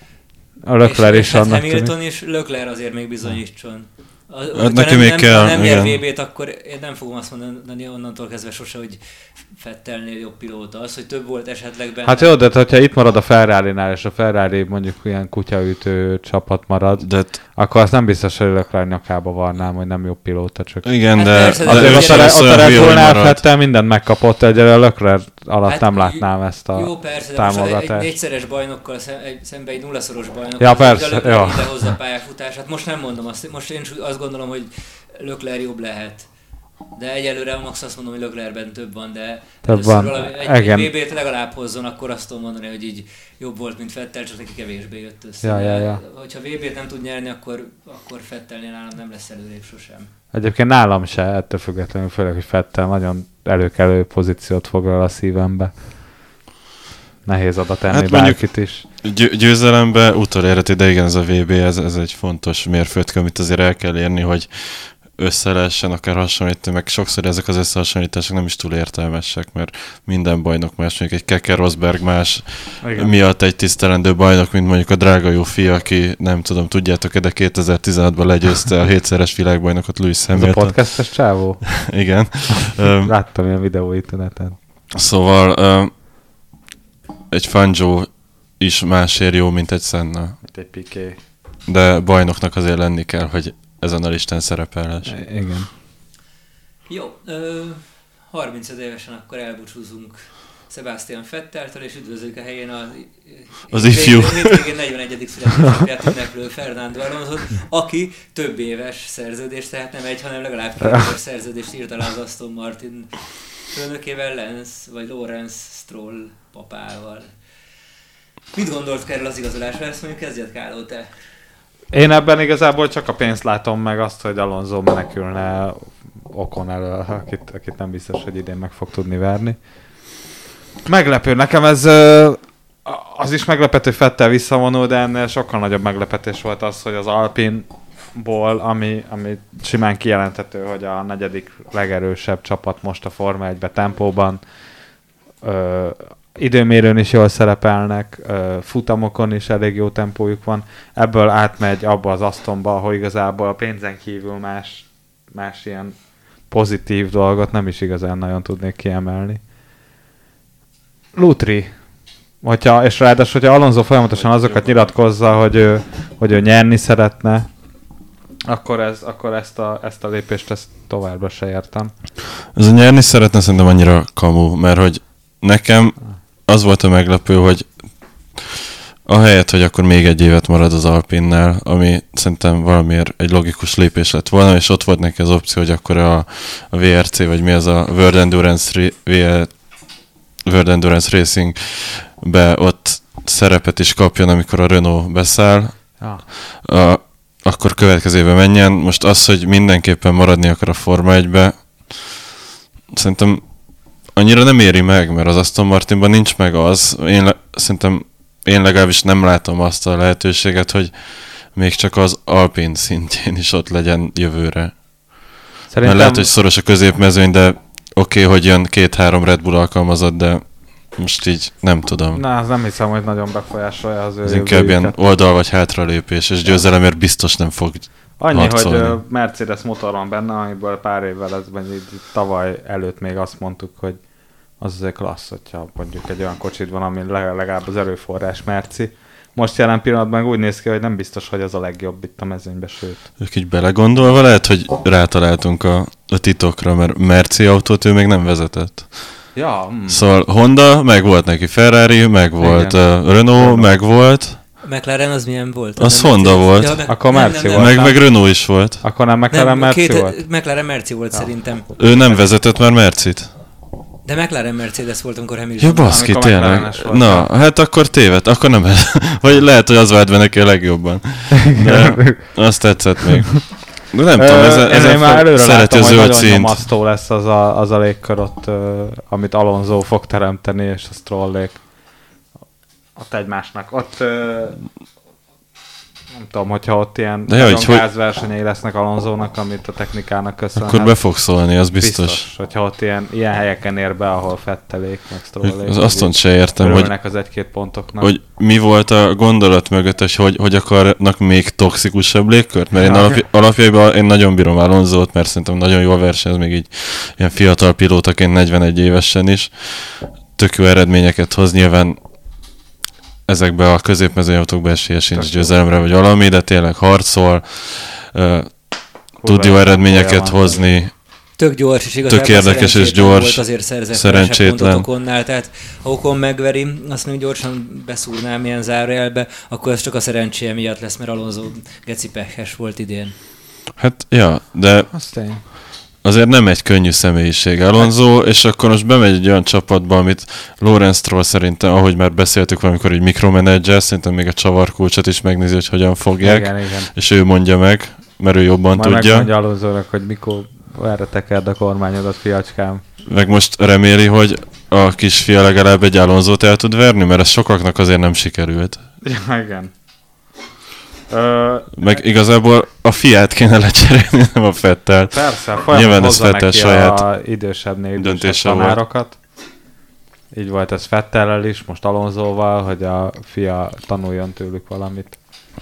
A Leclerc is annak Hamilton is, Leclerc azért még bizonyítson. Neki még kell. Ha nem nyer VB-t, akkor én nem fogom azt mondani onnantól kezdve sose, hogy Vettelnél jobb pilóta. Az, hogy több volt esetleg benne. Hát jó, de hogyha itt marad a Ferrari-nál, és a Ferrari mondjuk ilyen kutyaütő csapat marad, akkor azt nem biztos, hogy Leclerc nyakába varnám, hogy nem jobb pilóta, csak... Igen, hát de azért ott a Red Bullnál Vettel mindent megkapott, egyre a Leclerc alatt hát nem látnám ezt a jó, persze, támogatást. De egy 4-szeres bajnokkal szemben egy 0-szoros bajnokkal. Ja, persze, jó. Idehozza a pályafutását. Most nem mondom azt, most én azt gondolom, hogy Leclerc jobb lehet. De egyelőre max azt mondom, hogy Leclercben több van, de egy VB-t legalább hozzon, akkor azt tudom mondani, hogy így jobb volt, mint Vettel, csak neki kevésbé jött össze. Ja. Hogyha VB-t nem tud nyerni, akkor Vettelnél nálam nem lesz előrébb sosem. Egyébként nálam se, ettől függetlenül, főleg, hogy Vettel nagyon előkelő pozíciót foglal a szívembe. Nehéz oda tenni hát bárkit is. Győzelembe utolérheti, de igen, ez a VB, ez egy fontos mérföldkő, amit azért el kell érni, hogy össze lehessen akár hasonlítani, meg sokszor ezek az összehasonlítások nem is túl értelmesek, mert minden bajnok más, mondjuk egy Keke Rosberg más igen. Miatt egy tisztelendő bajnok, mint mondjuk a drága jó fia, aki nem tudom, tudjátok-e, de 2016-ban legyőzte a 7-szeres világbajnokot Lewis Hamilton. Ez a podcastes csávó? Igen. Láttam ilyen videóit neten. Szóval egy Fangio is másért jó, mint egy Senna. Mint egy Piqué. De bajnoknak azért lenni kell, hogy ezen a listán szerepelhess. Igen. Jó, 35 évesen akkor elbúcsúzunk Sebastian Vetteltől, és üdvözlők a helyén az ifjú. Hétvégén 41. születésnapját ünneplő Fernando Alonsot, aki több éves szerződést, tehát nem egy, hanem legalább 2 éves szerződést írt alá az Aston Martin főnökével, Lawrence Stroll papával. Mit gondolt erről az igazolásról? Ezt mondjuk kezdjed, Káló, te. Én ebben igazából csak a pénzt látom meg azt, hogy Alonso menekülne Ocon elől, akit nem biztos, hogy idén meg fog tudni verni. Meglepő. Nekem ez az is meglepető, hogy Vettel visszavonul, de ennél sokkal nagyobb meglepetés volt az, hogy az Alpine-ból, ami simán kijelenthető, hogy a 4. legerősebb csapat most a Forma 1-be tempóban, időmérőn is jól szerepelnek, futamokon is elég jó tempójuk van. Ebből átmegy abba az Astonba, ahol igazából a pénzen kívül más ilyen pozitív dolgot nem is igazán nagyon tudnék kiemelni. Lutri. És ráadásul, hogyha Alonso folyamatosan azokat nyilatkozza, hogy ő nyerni szeretne, akkor ezt a lépést továbbra se értem. Ez a nyerni szeretne szerintem annyira kamu, mert hogy nekem az volt a meglepő, hogy ahelyett, hogy akkor még egy évet marad az Alpinnál, ami szerintem valamiért egy logikus lépés lett volna, és ott volt neki az opció, hogy akkor a VRC, vagy mi az a World Endurance Racing-be ott szerepet is kapjon, amikor a Renault beszáll. Akkor következőben menjen. Most az, hogy mindenképpen maradni akar a Forma 1-be, szerintem annyira nem éri meg, mert az Aston Martinban nincs meg az. Szerintem én legalábbis nem látom azt a lehetőséget, hogy még csak az Alpine szintjén is ott legyen jövőre. Szerintem... Mert lehet, hogy szoros a középmezőny, de oké, hogy jön 2-3 Red Bull alkalmazott, de most így nem tudom. Na, az nem hiszem, hogy nagyon befolyásolja az ő ez inkább ilyen oldal vagy hátralépés, és győzelemért biztos nem fog annyi, harcolni. hogy Mercedes motor van benne, amiből pár évvel tavaly előtt még azt mondtuk, hogy az azért klassz, hogyha mondjuk egy olyan kocsid van, ami legalább az erőforrás merci. Most jelen pillanatban úgy néz ki, hogy nem biztos, hogy az a legjobb itt a mezőnybe, sőt. Ők így belegondolva lehet, hogy rátaláltunk a titokra, mert Merci autót ő még nem vezetett. Ja. Szóval Honda, meg volt neki Ferrari, meg volt Renault, meg volt. McLaren az milyen volt? Az Honda volt. Ja, akkor Merci volt. Meg Renault is volt. Akkor nem McLaren Merci volt? McLaren Merci volt szerintem. Ő nem vezetett már Mercit. De McLaren Mercedes volt, amikor Hamilton. Ja, baszki, tényleg. Na, hát akkor téved, akkor nem. Vagy lehet, hogy az vált be neki a legjobban. De azt tetszett még. De nem tudom, ez már előre szereti látom, a zöld hogy színt. nagyon nyomasztó lesz az a légkör ott, amit Alonso fog teremteni, és a Strollék ott egymásnak. Ott nem tudom, hogyha ott ilyen gázversenyei lesznek Alonsónak, amit a technikának köszönhet. Akkor be fog szólni, az biztos. Hogyha ott ilyen helyeken ér be, ahol Fettelék, meg Strollék. Az azt se értem, hogy az 1-2 pontoknak. Hogy mi volt a gondolat mögöttes, hogy akarnak még toxikusabb légkört? Mert én alapjaiban én nagyon bírom Alonsót, mert szerintem nagyon jól versenyez, még így ilyen fiatal pilótaként 41 évesen is. Tök jó eredményeket hoz, nyilván ezekben a középmezőny autókban esélye sincs győzelemre vagy valami, de tényleg harcol, tud jó eredményeket hozni. Tök gyors, és igazából tök érdekes és gyors, volt, azért szerencsétlen Okonnál, tehát ha Okon megveri, azt még gyorsan beszúrnám ilyen zárójelbe, akkor ez csak a szerencséje miatt lesz, mert Alonso geci pekhes volt idén. Hát, ja, de azért nem egy könnyű személyiség Alonso, és akkor most bemegy egy olyan csapatba, amit Lawrence Stroll szerintem, ahogy már beszéltük valamikor, egy mikromenedzser, szerintem még a csavarkulcsot is megnézi, hogy hogyan fogják, igen. És ő mondja meg, mert ő jobban majd tudja. Megmondja Alonsónak, hogy mikor erre tekerd a kormányodat, fiacskám. Meg most reméli, hogy a kisfia legalább egy Alonsót el tud verni, mert ez sokaknak azért nem sikerült. Ja, igen. Meg igazából a fiát kéne lecserélni, nem a Vettelt. Persze, folyamatosan hozza neki saját a idősebbnél döntése tanárokat. Így volt ez Vettellel is, most Alonsóval, hogy a fia tanuljon tőlük valamit.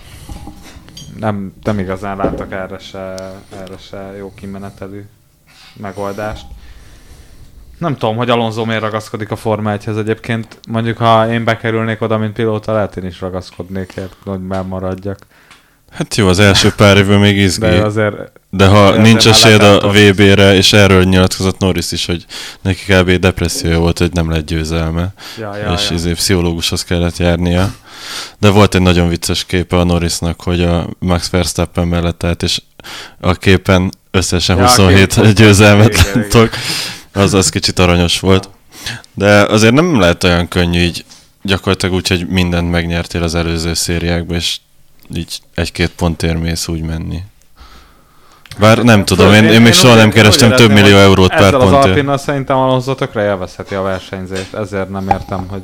Nem igazán látok erre se jó kimenetelű megoldást. Nem tudom, hogy Alonso miért ragaszkodik a Forma 1-hez egyébként. Mondjuk, ha én bekerülnék oda, mint pilóta, lehet én is ragaszkodnék, hogy maradjak. Hát jó, az első pár évben még izgi. De ha azért nincs esélyed a VB-re, és erről nyilatkozott Norris is, hogy neki kb. Depressziója volt, hogy nem lett győzelme. És pszichológushoz kellett járnia. De volt egy nagyon vicces képe a Norrisnak, hogy a Max Verstappen mellett állt, és a képen összesen 27 győzelmet láttok. Az kicsit aranyos volt. De azért nem lehet olyan könnyű így gyakorlatilag úgy, hogy mindent megnyertél az előző szériákban, és így 1-2 pontért mész úgy menni. Bár nem tudom, én még soha nem kerestem több millió eurót pár pontért. Ezzel az Alpinnal szerintem Alonso tökre élvezheti a versenyzést, ezért nem értem, hogy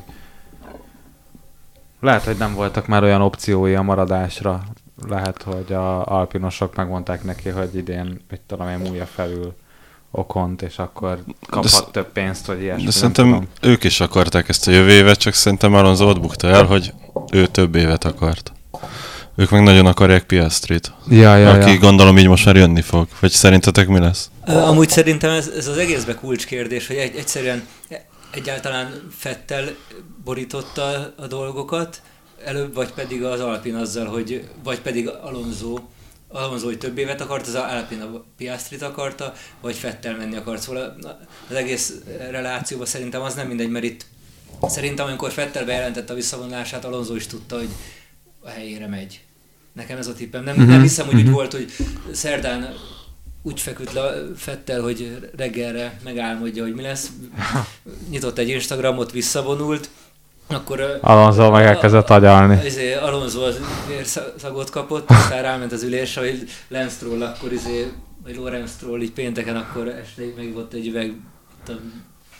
lehet, hogy nem voltak már olyan opciói a maradásra. Lehet, hogy a alpinosok megmondták neki, hogy idén, mit tudom én, múlja felül Okont, és akkor kaphat több pénzt, vagy ilyesmi. De szerintem ők is akarták ezt a jövő évet, csak szerintem Alonso ott bukta el, hogy ő több évet akart. Ők meg nagyon akarják Piastrit. Aki gondolom így most már jönni fog. Vagy szerintetek mi lesz? Amúgy szerintem ez az egészben kulcskérdés, hogy egyszerűen egyáltalán Vettel borította a dolgokat, előbb, vagy pedig az Alpine azzal, hogy, vagy pedig Alonso, hogy több évet akart, az Alpine a Piastrit akarta, vagy Vettel menni akart. Szóval az egész relációban szerintem az nem mindegy, mert itt szerintem, amikor Vettel bejelentette a visszavonulását, Alonso is tudta, hogy a helyére megy. Nekem ez a tippem. Nem hiszem, hogy úgy volt, hogy szerdán úgy feküdt le Vettel, hogy reggelre megálmodja, hogy mi lesz. Nyitott egy Instagramot, visszavonult. Akkor Alonso meg elkezdett agyalni. Alonso az vérszagot kapott, aztán ráment az ülésre, hogy Lance Stroll akkor vagy Lawrence Stroll így pénteken akkor este megivott egy üveg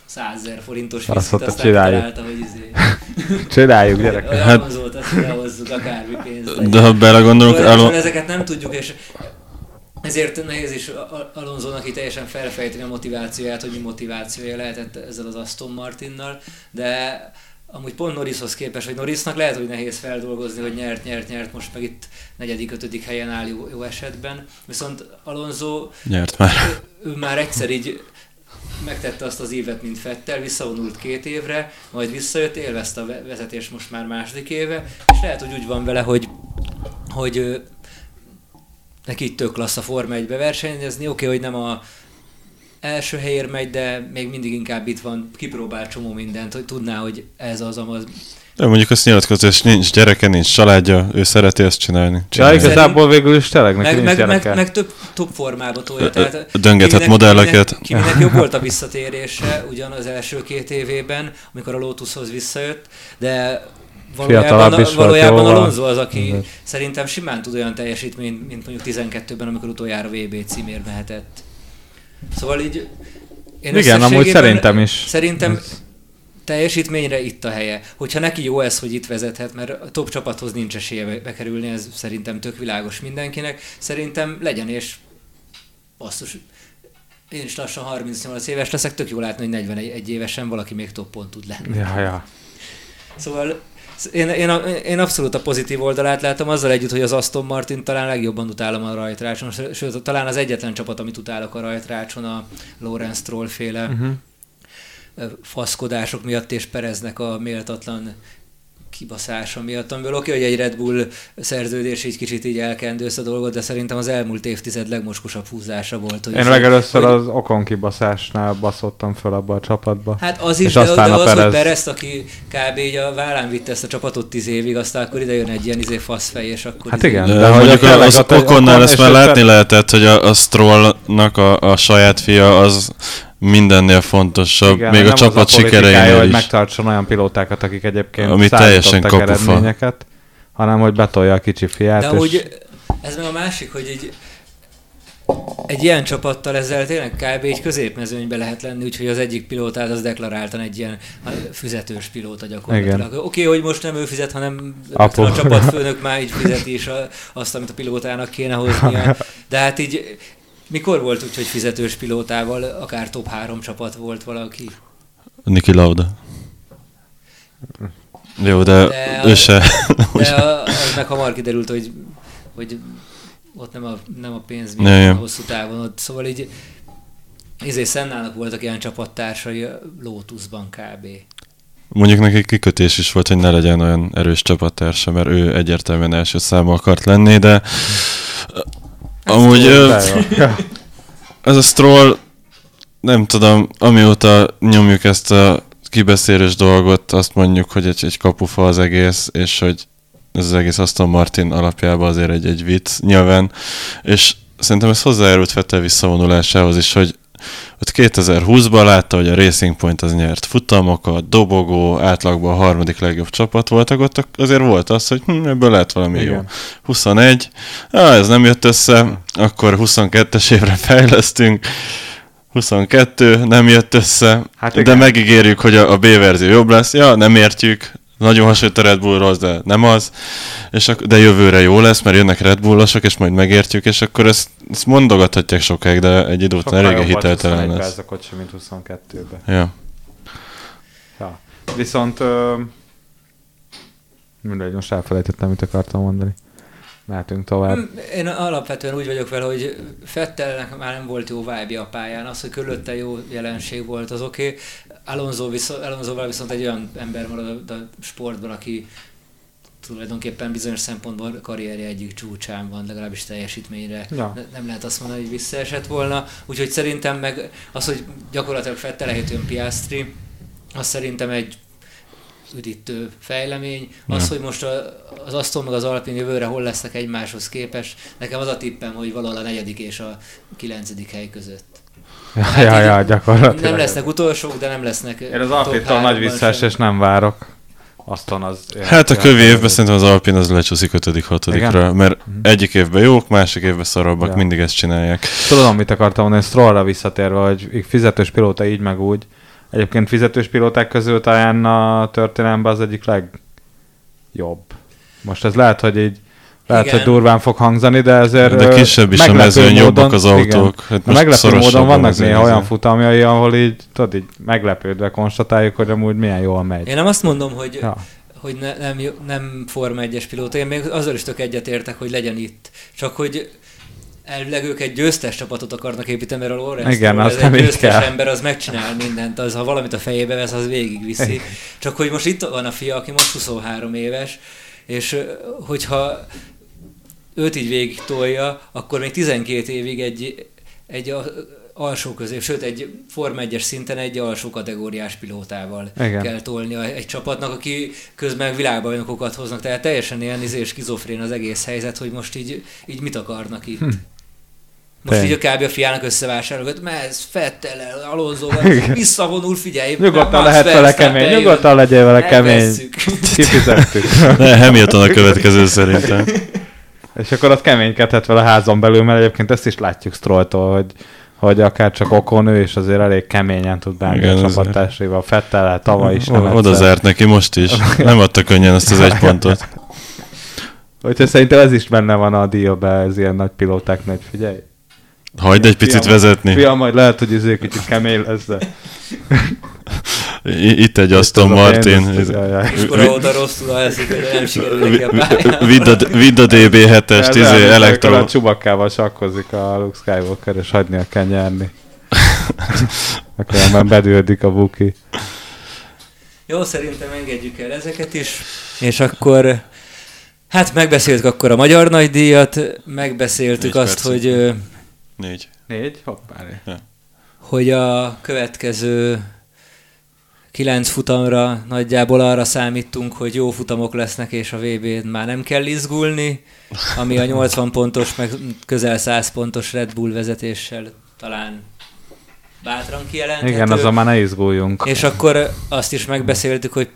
100 000 forintos Azt viszkit, mondta, aztán csináljuk. találta, hogy Csináljuk, gyerek. olyan Alonzót, azt idehozzuk akármi pénzt. De ha belegondolunk, Ezeket nem tudjuk, és ezért nehéz is Alonzónak így teljesen felfejteni a motivációját, hogy mi motivációja lehetett ezzel az Aston Martinnal, de amúgy pont Norrishoz képest, hogy Norrisnak lehet, hogy nehéz feldolgozni, hogy nyert, most meg itt 4.-5. helyen áll jó esetben, viszont Alonso nyert már. Ő már egyszer így megtette azt az évet, mint Vettel, visszavonult 2 évre, majd visszajött, élvezte a vezetést most már második éve, és lehet, hogy úgy van vele, hogy neki így tök klassz a Forma 1-be versenyezni, oké, hogy nem a első helyért megy, de még mindig inkább itt van, kipróbál csomó mindent, hogy tudná, hogy ez az, amaz. De mondjuk azt nyilatkozza, és nincs gyereke, nincs családja, ő szereti ezt csinálni. Ja, igazából végül is tényleg neki nincs gyereke. Meg több formába tolja. Tehát döngetett modelleket. Kiminek jobb volt a visszatérése ugyan az első 2 évében, amikor a Lotushoz visszajött, de valójában Alonso az, aki szerintem simán tud olyan teljesítményt, mint mondjuk 12-ben, amikor utoljára VB címért mehetett. Szóval így... Igen, amúgy szerintem is. Szerintem teljesítményre itt a helye. Hogyha neki jó ez, hogy itt vezethet, mert a top csapathoz nincs esélye bekerülni, ez szerintem tök világos mindenkinek. Szerintem legyen, és basszus, én is lassan 38 éves leszek, tök jó látni, hogy 41 évesen valaki még toppon tud lenni. Ja. Szóval én abszolút a pozitív oldalát látom, azzal együtt, hogy az Aston Martin talán legjobban utálom a rajtrácson, sőt, talán az egyetlen csapat, amit utálok a rajtrácson, a Lawrence Stroll féle faszkodások miatt, és Pereznek a méltatlan kibaszása miatt, amiből oké, hogy egy Red Bull szerződés így kicsit így elkendősz a dolgot, de szerintem az elmúlt évtized legmoskosabb húzása volt. Hogy én legelőször az Ocon kibaszásnál baszottam föl abba a csapatba. Hát az is, de az, hogy Perez, aki kb. Így a vállán vitte ezt a csapatot 10 évig, aztán akkor ide jön egy ilyen faszfej, és akkor... Hát igen, de mondjuk az Oconnál ezt már látni lehetett, hogy a Strollnak a saját fia az mindennél fontosabb, igen, még a csapat sikereinél hogy megtartson olyan pilótákat, akik egyébként ami teljesen kapufa eredményeket, hanem hogy betolja a kicsi fiát. De úgy, ez meg a másik, hogy egy ilyen csapattal ezzel tényleg kb. Egy középmezőnybe lehet lenni, úgyhogy az egyik pilótát az deklaráltan egy ilyen füzetős pilóta gyakorlatilag. Oké, hogy most nem ő fizet, hanem a csapatfőnök már így fizeti is azt, amit a pilótának kéne hoznia. De hát így mikor volt úgy, hogy fizetős pilótával akár top 3 csapat volt valaki? Niki Lauda. Jó, de ő se. De az meg hamar kiderült, hogy ott nem a pénz miatt a hosszú távon. Ott, szóval így Sennának voltak ilyen csapattársai Lotusban kb. Mondjuk neki kikötés is volt, hogy ne legyen olyan erős csapattársa, mert ő egyértelműen első számú akart lenni, de amúgy ez a Stroll, nem tudom, amióta nyomjuk ezt a kibeszélős dolgot, azt mondjuk, hogy egy kapufa az egész, és hogy ez az egész Aston Martin alapjában azért egy vicc nyilván, és szerintem ez hozzájárult Vettel visszavonulásához is, hogy ott 2020-ban látta, hogy a Racing Point az nyert futamokat, dobogó, átlagban a 3. legjobb csapat voltak, ott azért volt az, hogy ebből lehet valami igen. Jó. 21, ez nem jött össze, akkor 22-es évre fejlesztünk, 22, nem jött össze, hát de megígérjük, hogy a B verzió jobb lesz, nem értjük, nagyon hasonlít a Red Bullhoz, de nem az, de jövőre jó lesz, mert jönnek Red Bullosok, és majd megértjük, és akkor ezt mondogathatják sokáig, de egy idő után eléggé hiteltelen lesz. Sokkal jobb volt 21 mint 22-ben. Ja. Viszont mindegy, most elfelejtettem, mit akartam mondani. Mehetünk tovább. Én alapvetően úgy vagyok vele, hogy Vettelnek már nem volt jó vibe a pályán. Az, hogy körülötte jó jelenség volt, az oké. Alonsoval viszont egy olyan ember marad a sportban, aki tulajdonképpen bizonyos szempontból karrierje egyik csúcsán van, legalábbis teljesítményre. Ja. Nem lehet azt mondani, hogy visszaesett volna. Úgyhogy szerintem meg az, hogy gyakorlatilag Vettel helyett Piastri, az szerintem egy üdítő fejlemény. Az, hogy most az Aston meg az Alpine jövőre hol lesznek egymáshoz képest, nekem az a tippem, hogy valahol a 4. és a 9. hely között. Gyakorlatilag. Nem lesznek utolsók, de nem lesznek. Én az Alpine-tól nagy visszaesés nem várok. Aston az... Hát a kövi évben szerintem az Alpine az lecsúszik 5.-6-ra, mert egyik évben jók, másik évben szarabbak, mindig ezt csinálják. Tudom, mit akartam mondani, Strollra visszatérve, hogy fizetős pilóta így meg úgy, Egyébként fizetős pilóták közül talán a történelemben az egyik legjobb. Most ez lehet, hogy hogy durván fog hangzani, de ezért de kisebb is a mezőn, jobbak az autók. Hát meglepő módon vannak néha olyan futamjai, ahol így meglepődve konstatáljuk, hogy amúgy milyen jól megy. Én nem azt mondom, hogy nem Forma 1-es pilóta, én még azzal is tök egyetértek, hogy legyen itt. Csak hogy elvileg ők egy győztes csapatot akarnak építeni, mert a Lorenzo, ez egy győztes ember, az megcsinál mindent, az ha valamit a fejébe vesz, az végigviszi. Csak hogy most itt van a fia, aki most 23 éves, és hogyha őt így végig tolja, akkor még 12 évig egy alsó közép, sőt egy Forma 1-es szinten egy alsó kategóriás pilótával kell tolnia egy csapatnak, aki közben világbajnokokat hoznak, tehát teljesen ilyen skizofrén az egész helyzet, hogy most így mit akarnak itt. Most így kb. A fiának összevásárolgat, mert ez Fettellel, Alonsoval, visszavonul, figyelj! Nyugodtan lehet vele kemény, nyugodtan legyél vele kemény. Kifizettük. Ne, Hamilton a következő szerintem. És akkor az keménykedhet vele a házon belül, mert egyébként ezt is látjuk Strolltól, hogy akár csak Ocon ő is azért elég keményen tud bánni a csapattársaival. Fettellel tavaly is nem oda zárt neki most is. Nem adta könnyen azt az egy pontot. Úgyhogy szerintem ez is benne van a díjban, ez ilyen nagy pilótáknak, figyelj. Hagyd egy picit vezetni. Fiam, majd lehet, hogy ez kicsit kemény lesz, de... Itt egy Aston Martin. És akkor óta rosszul alszik, hogy nem sikerül neki a pályán. Vidd a DB7-est, elektro. A Chewbaccával sakkozik a Luke Skywalker, és hagynia kell nyerni. Akkor már bedődik a Wookie. Jó, szerintem engedjük el ezeket is. És akkor... Hát megbeszéltük akkor a magyar nagydíjat, megbeszéltük azt, hogy... 4? Hoppá. Ja. Hogy a következő 9 futamra nagyjából arra számítunk, hogy jó futamok lesznek, és a VB-n már nem kell izgulni, ami a 80 pontos, meg közel 100 pontos Red Bull vezetéssel talán bátran kijelenthető. Igen, azon már ne izguljunk. És akkor azt is megbeszéltük, hogy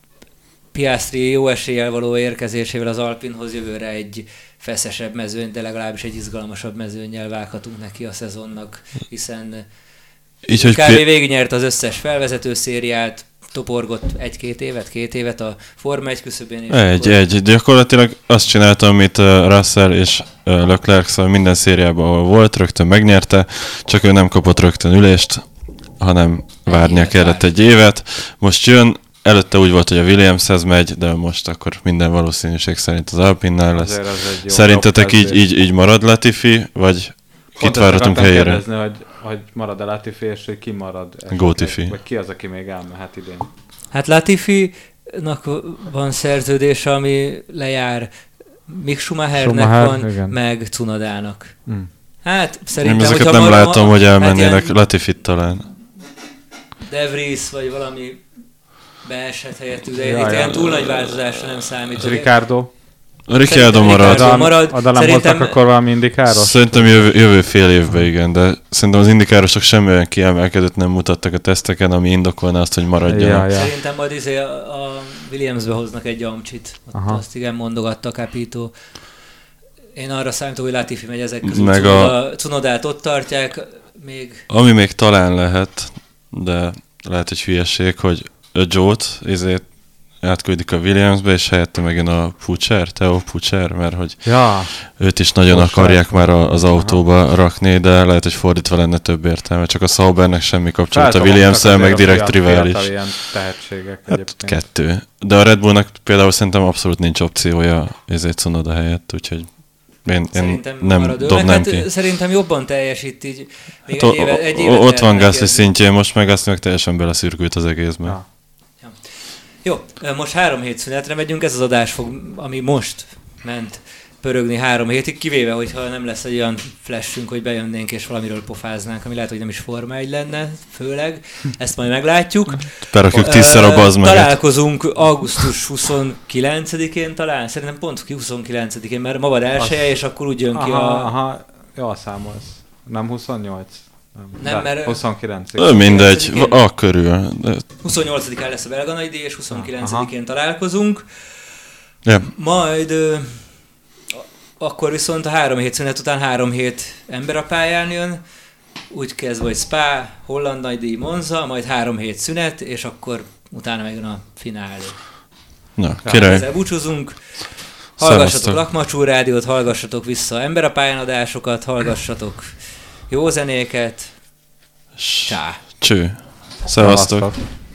Piastri jó eséllyel való érkezésével az Alpinhoz jövőre egy feszesebb mezőny, de legalábbis egy izgalmasabb mezőnnyel vághatunk neki a szezonnak, hiszen így, kb. Végignyert az összes felvezető szériát, toporgott 2 évet a Forma 1 küszöbén. Egy. Gyakorlatilag azt csináltam, amit Russell és Leclerc, szóval minden szériában, ahol volt, rögtön megnyerte, csak ő nem kapott rögtön ülést, hanem várnia kellett egy évet. Most jön, előtte úgy volt, hogy a Williamshez megy, de most akkor minden valószínűség szerint az Alpinnál lesz. Szerintetek így marad Latifi, vagy kit várhatunk helyére? Hogy marad a Latifi, és hogy ki marad? Gótifi. Vagy ki az, aki még elmehet idén? Hát Latifi-nak van szerződése, ami lejár. Mick Schumachernek van, igen. Meg Cunodának. Hát szerintem, ezeket nem látom, hogy elmennének. Hát Latifit talán. De Vries, vagy valami beesett helyettük, de itt ilyen túl nagy változásra nem számít. Ricciardo marad. Oda nem hoztak akkor valami indikáros? Szerintem jövő fél évben igen, de szerintem az indikárosok semmi olyan kiemelkedőt nem mutattak a teszteken, ami indokolna azt, hogy maradjanak. Ja. Szerintem majd a Williamsbe hoznak egy Amcsit. Azt igen mondogatta a Capito. Én arra számítok, hogy Latifi megy ezek közül. Meg Cunodát ott tartják még. Ami még talán lehet, de lehet egy hülyeség, hogy a Joe-t átküldik a Williamsbe, és helyette megint a Theo Pucher, mert hogy őt is nagyon akarják már az autóba rakni, de lehet, hogy fordítva lenne több értelme. Csak a Saubernek semmi kapcsolat a Williams-el, meg direkt rivális. Hát 2. De a Red Bullnak például szerintem abszolút nincs opciója Cunoda helyett, úgyhogy én nem dobnám ki. Szerintem jobban teljesít így. Még egy évet ott van Gasly szintjén, most meg azt meg teljesen beleszürkült az egészben. Jó, most 3 hét szünetre megyünk, ez az adás ami most ment pörögni 3 hétig, kivéve, hogyha nem lesz egy olyan flashünk, hogy bejönnénk és valamiről pofáznánk, ami lehet, hogy nem is Forma 1 lenne, főleg. Ezt majd meglátjuk. Berakjuk 10-szer a bazmeget. Találkozunk augusztus 29-én talán, szerintem pont 29-én, mert ma van elsője, és akkor úgy jön ki jól számolsz. Nem 28? Nem, mert 29. Mindegy, körül. 28-án lesz a belga nagydíj, és 29-én találkozunk. Yeah. Majd akkor viszont a 3 hét szünet után 3 hét ember a pályán jön, úgy kezdve, hogy Spa, Holland nagydíj, Monza, majd 3 hét szünet, és akkor utána megjön a finálé. Na, király. Ezzel búcsúzunk. Hallgassatok Szevasztok. Lakmacsú rádiót, hallgassatok vissza Ember a pályán adásokat, hallgassatok jó zenéket. Csá! Cső. Szevasztok. Szevasztok.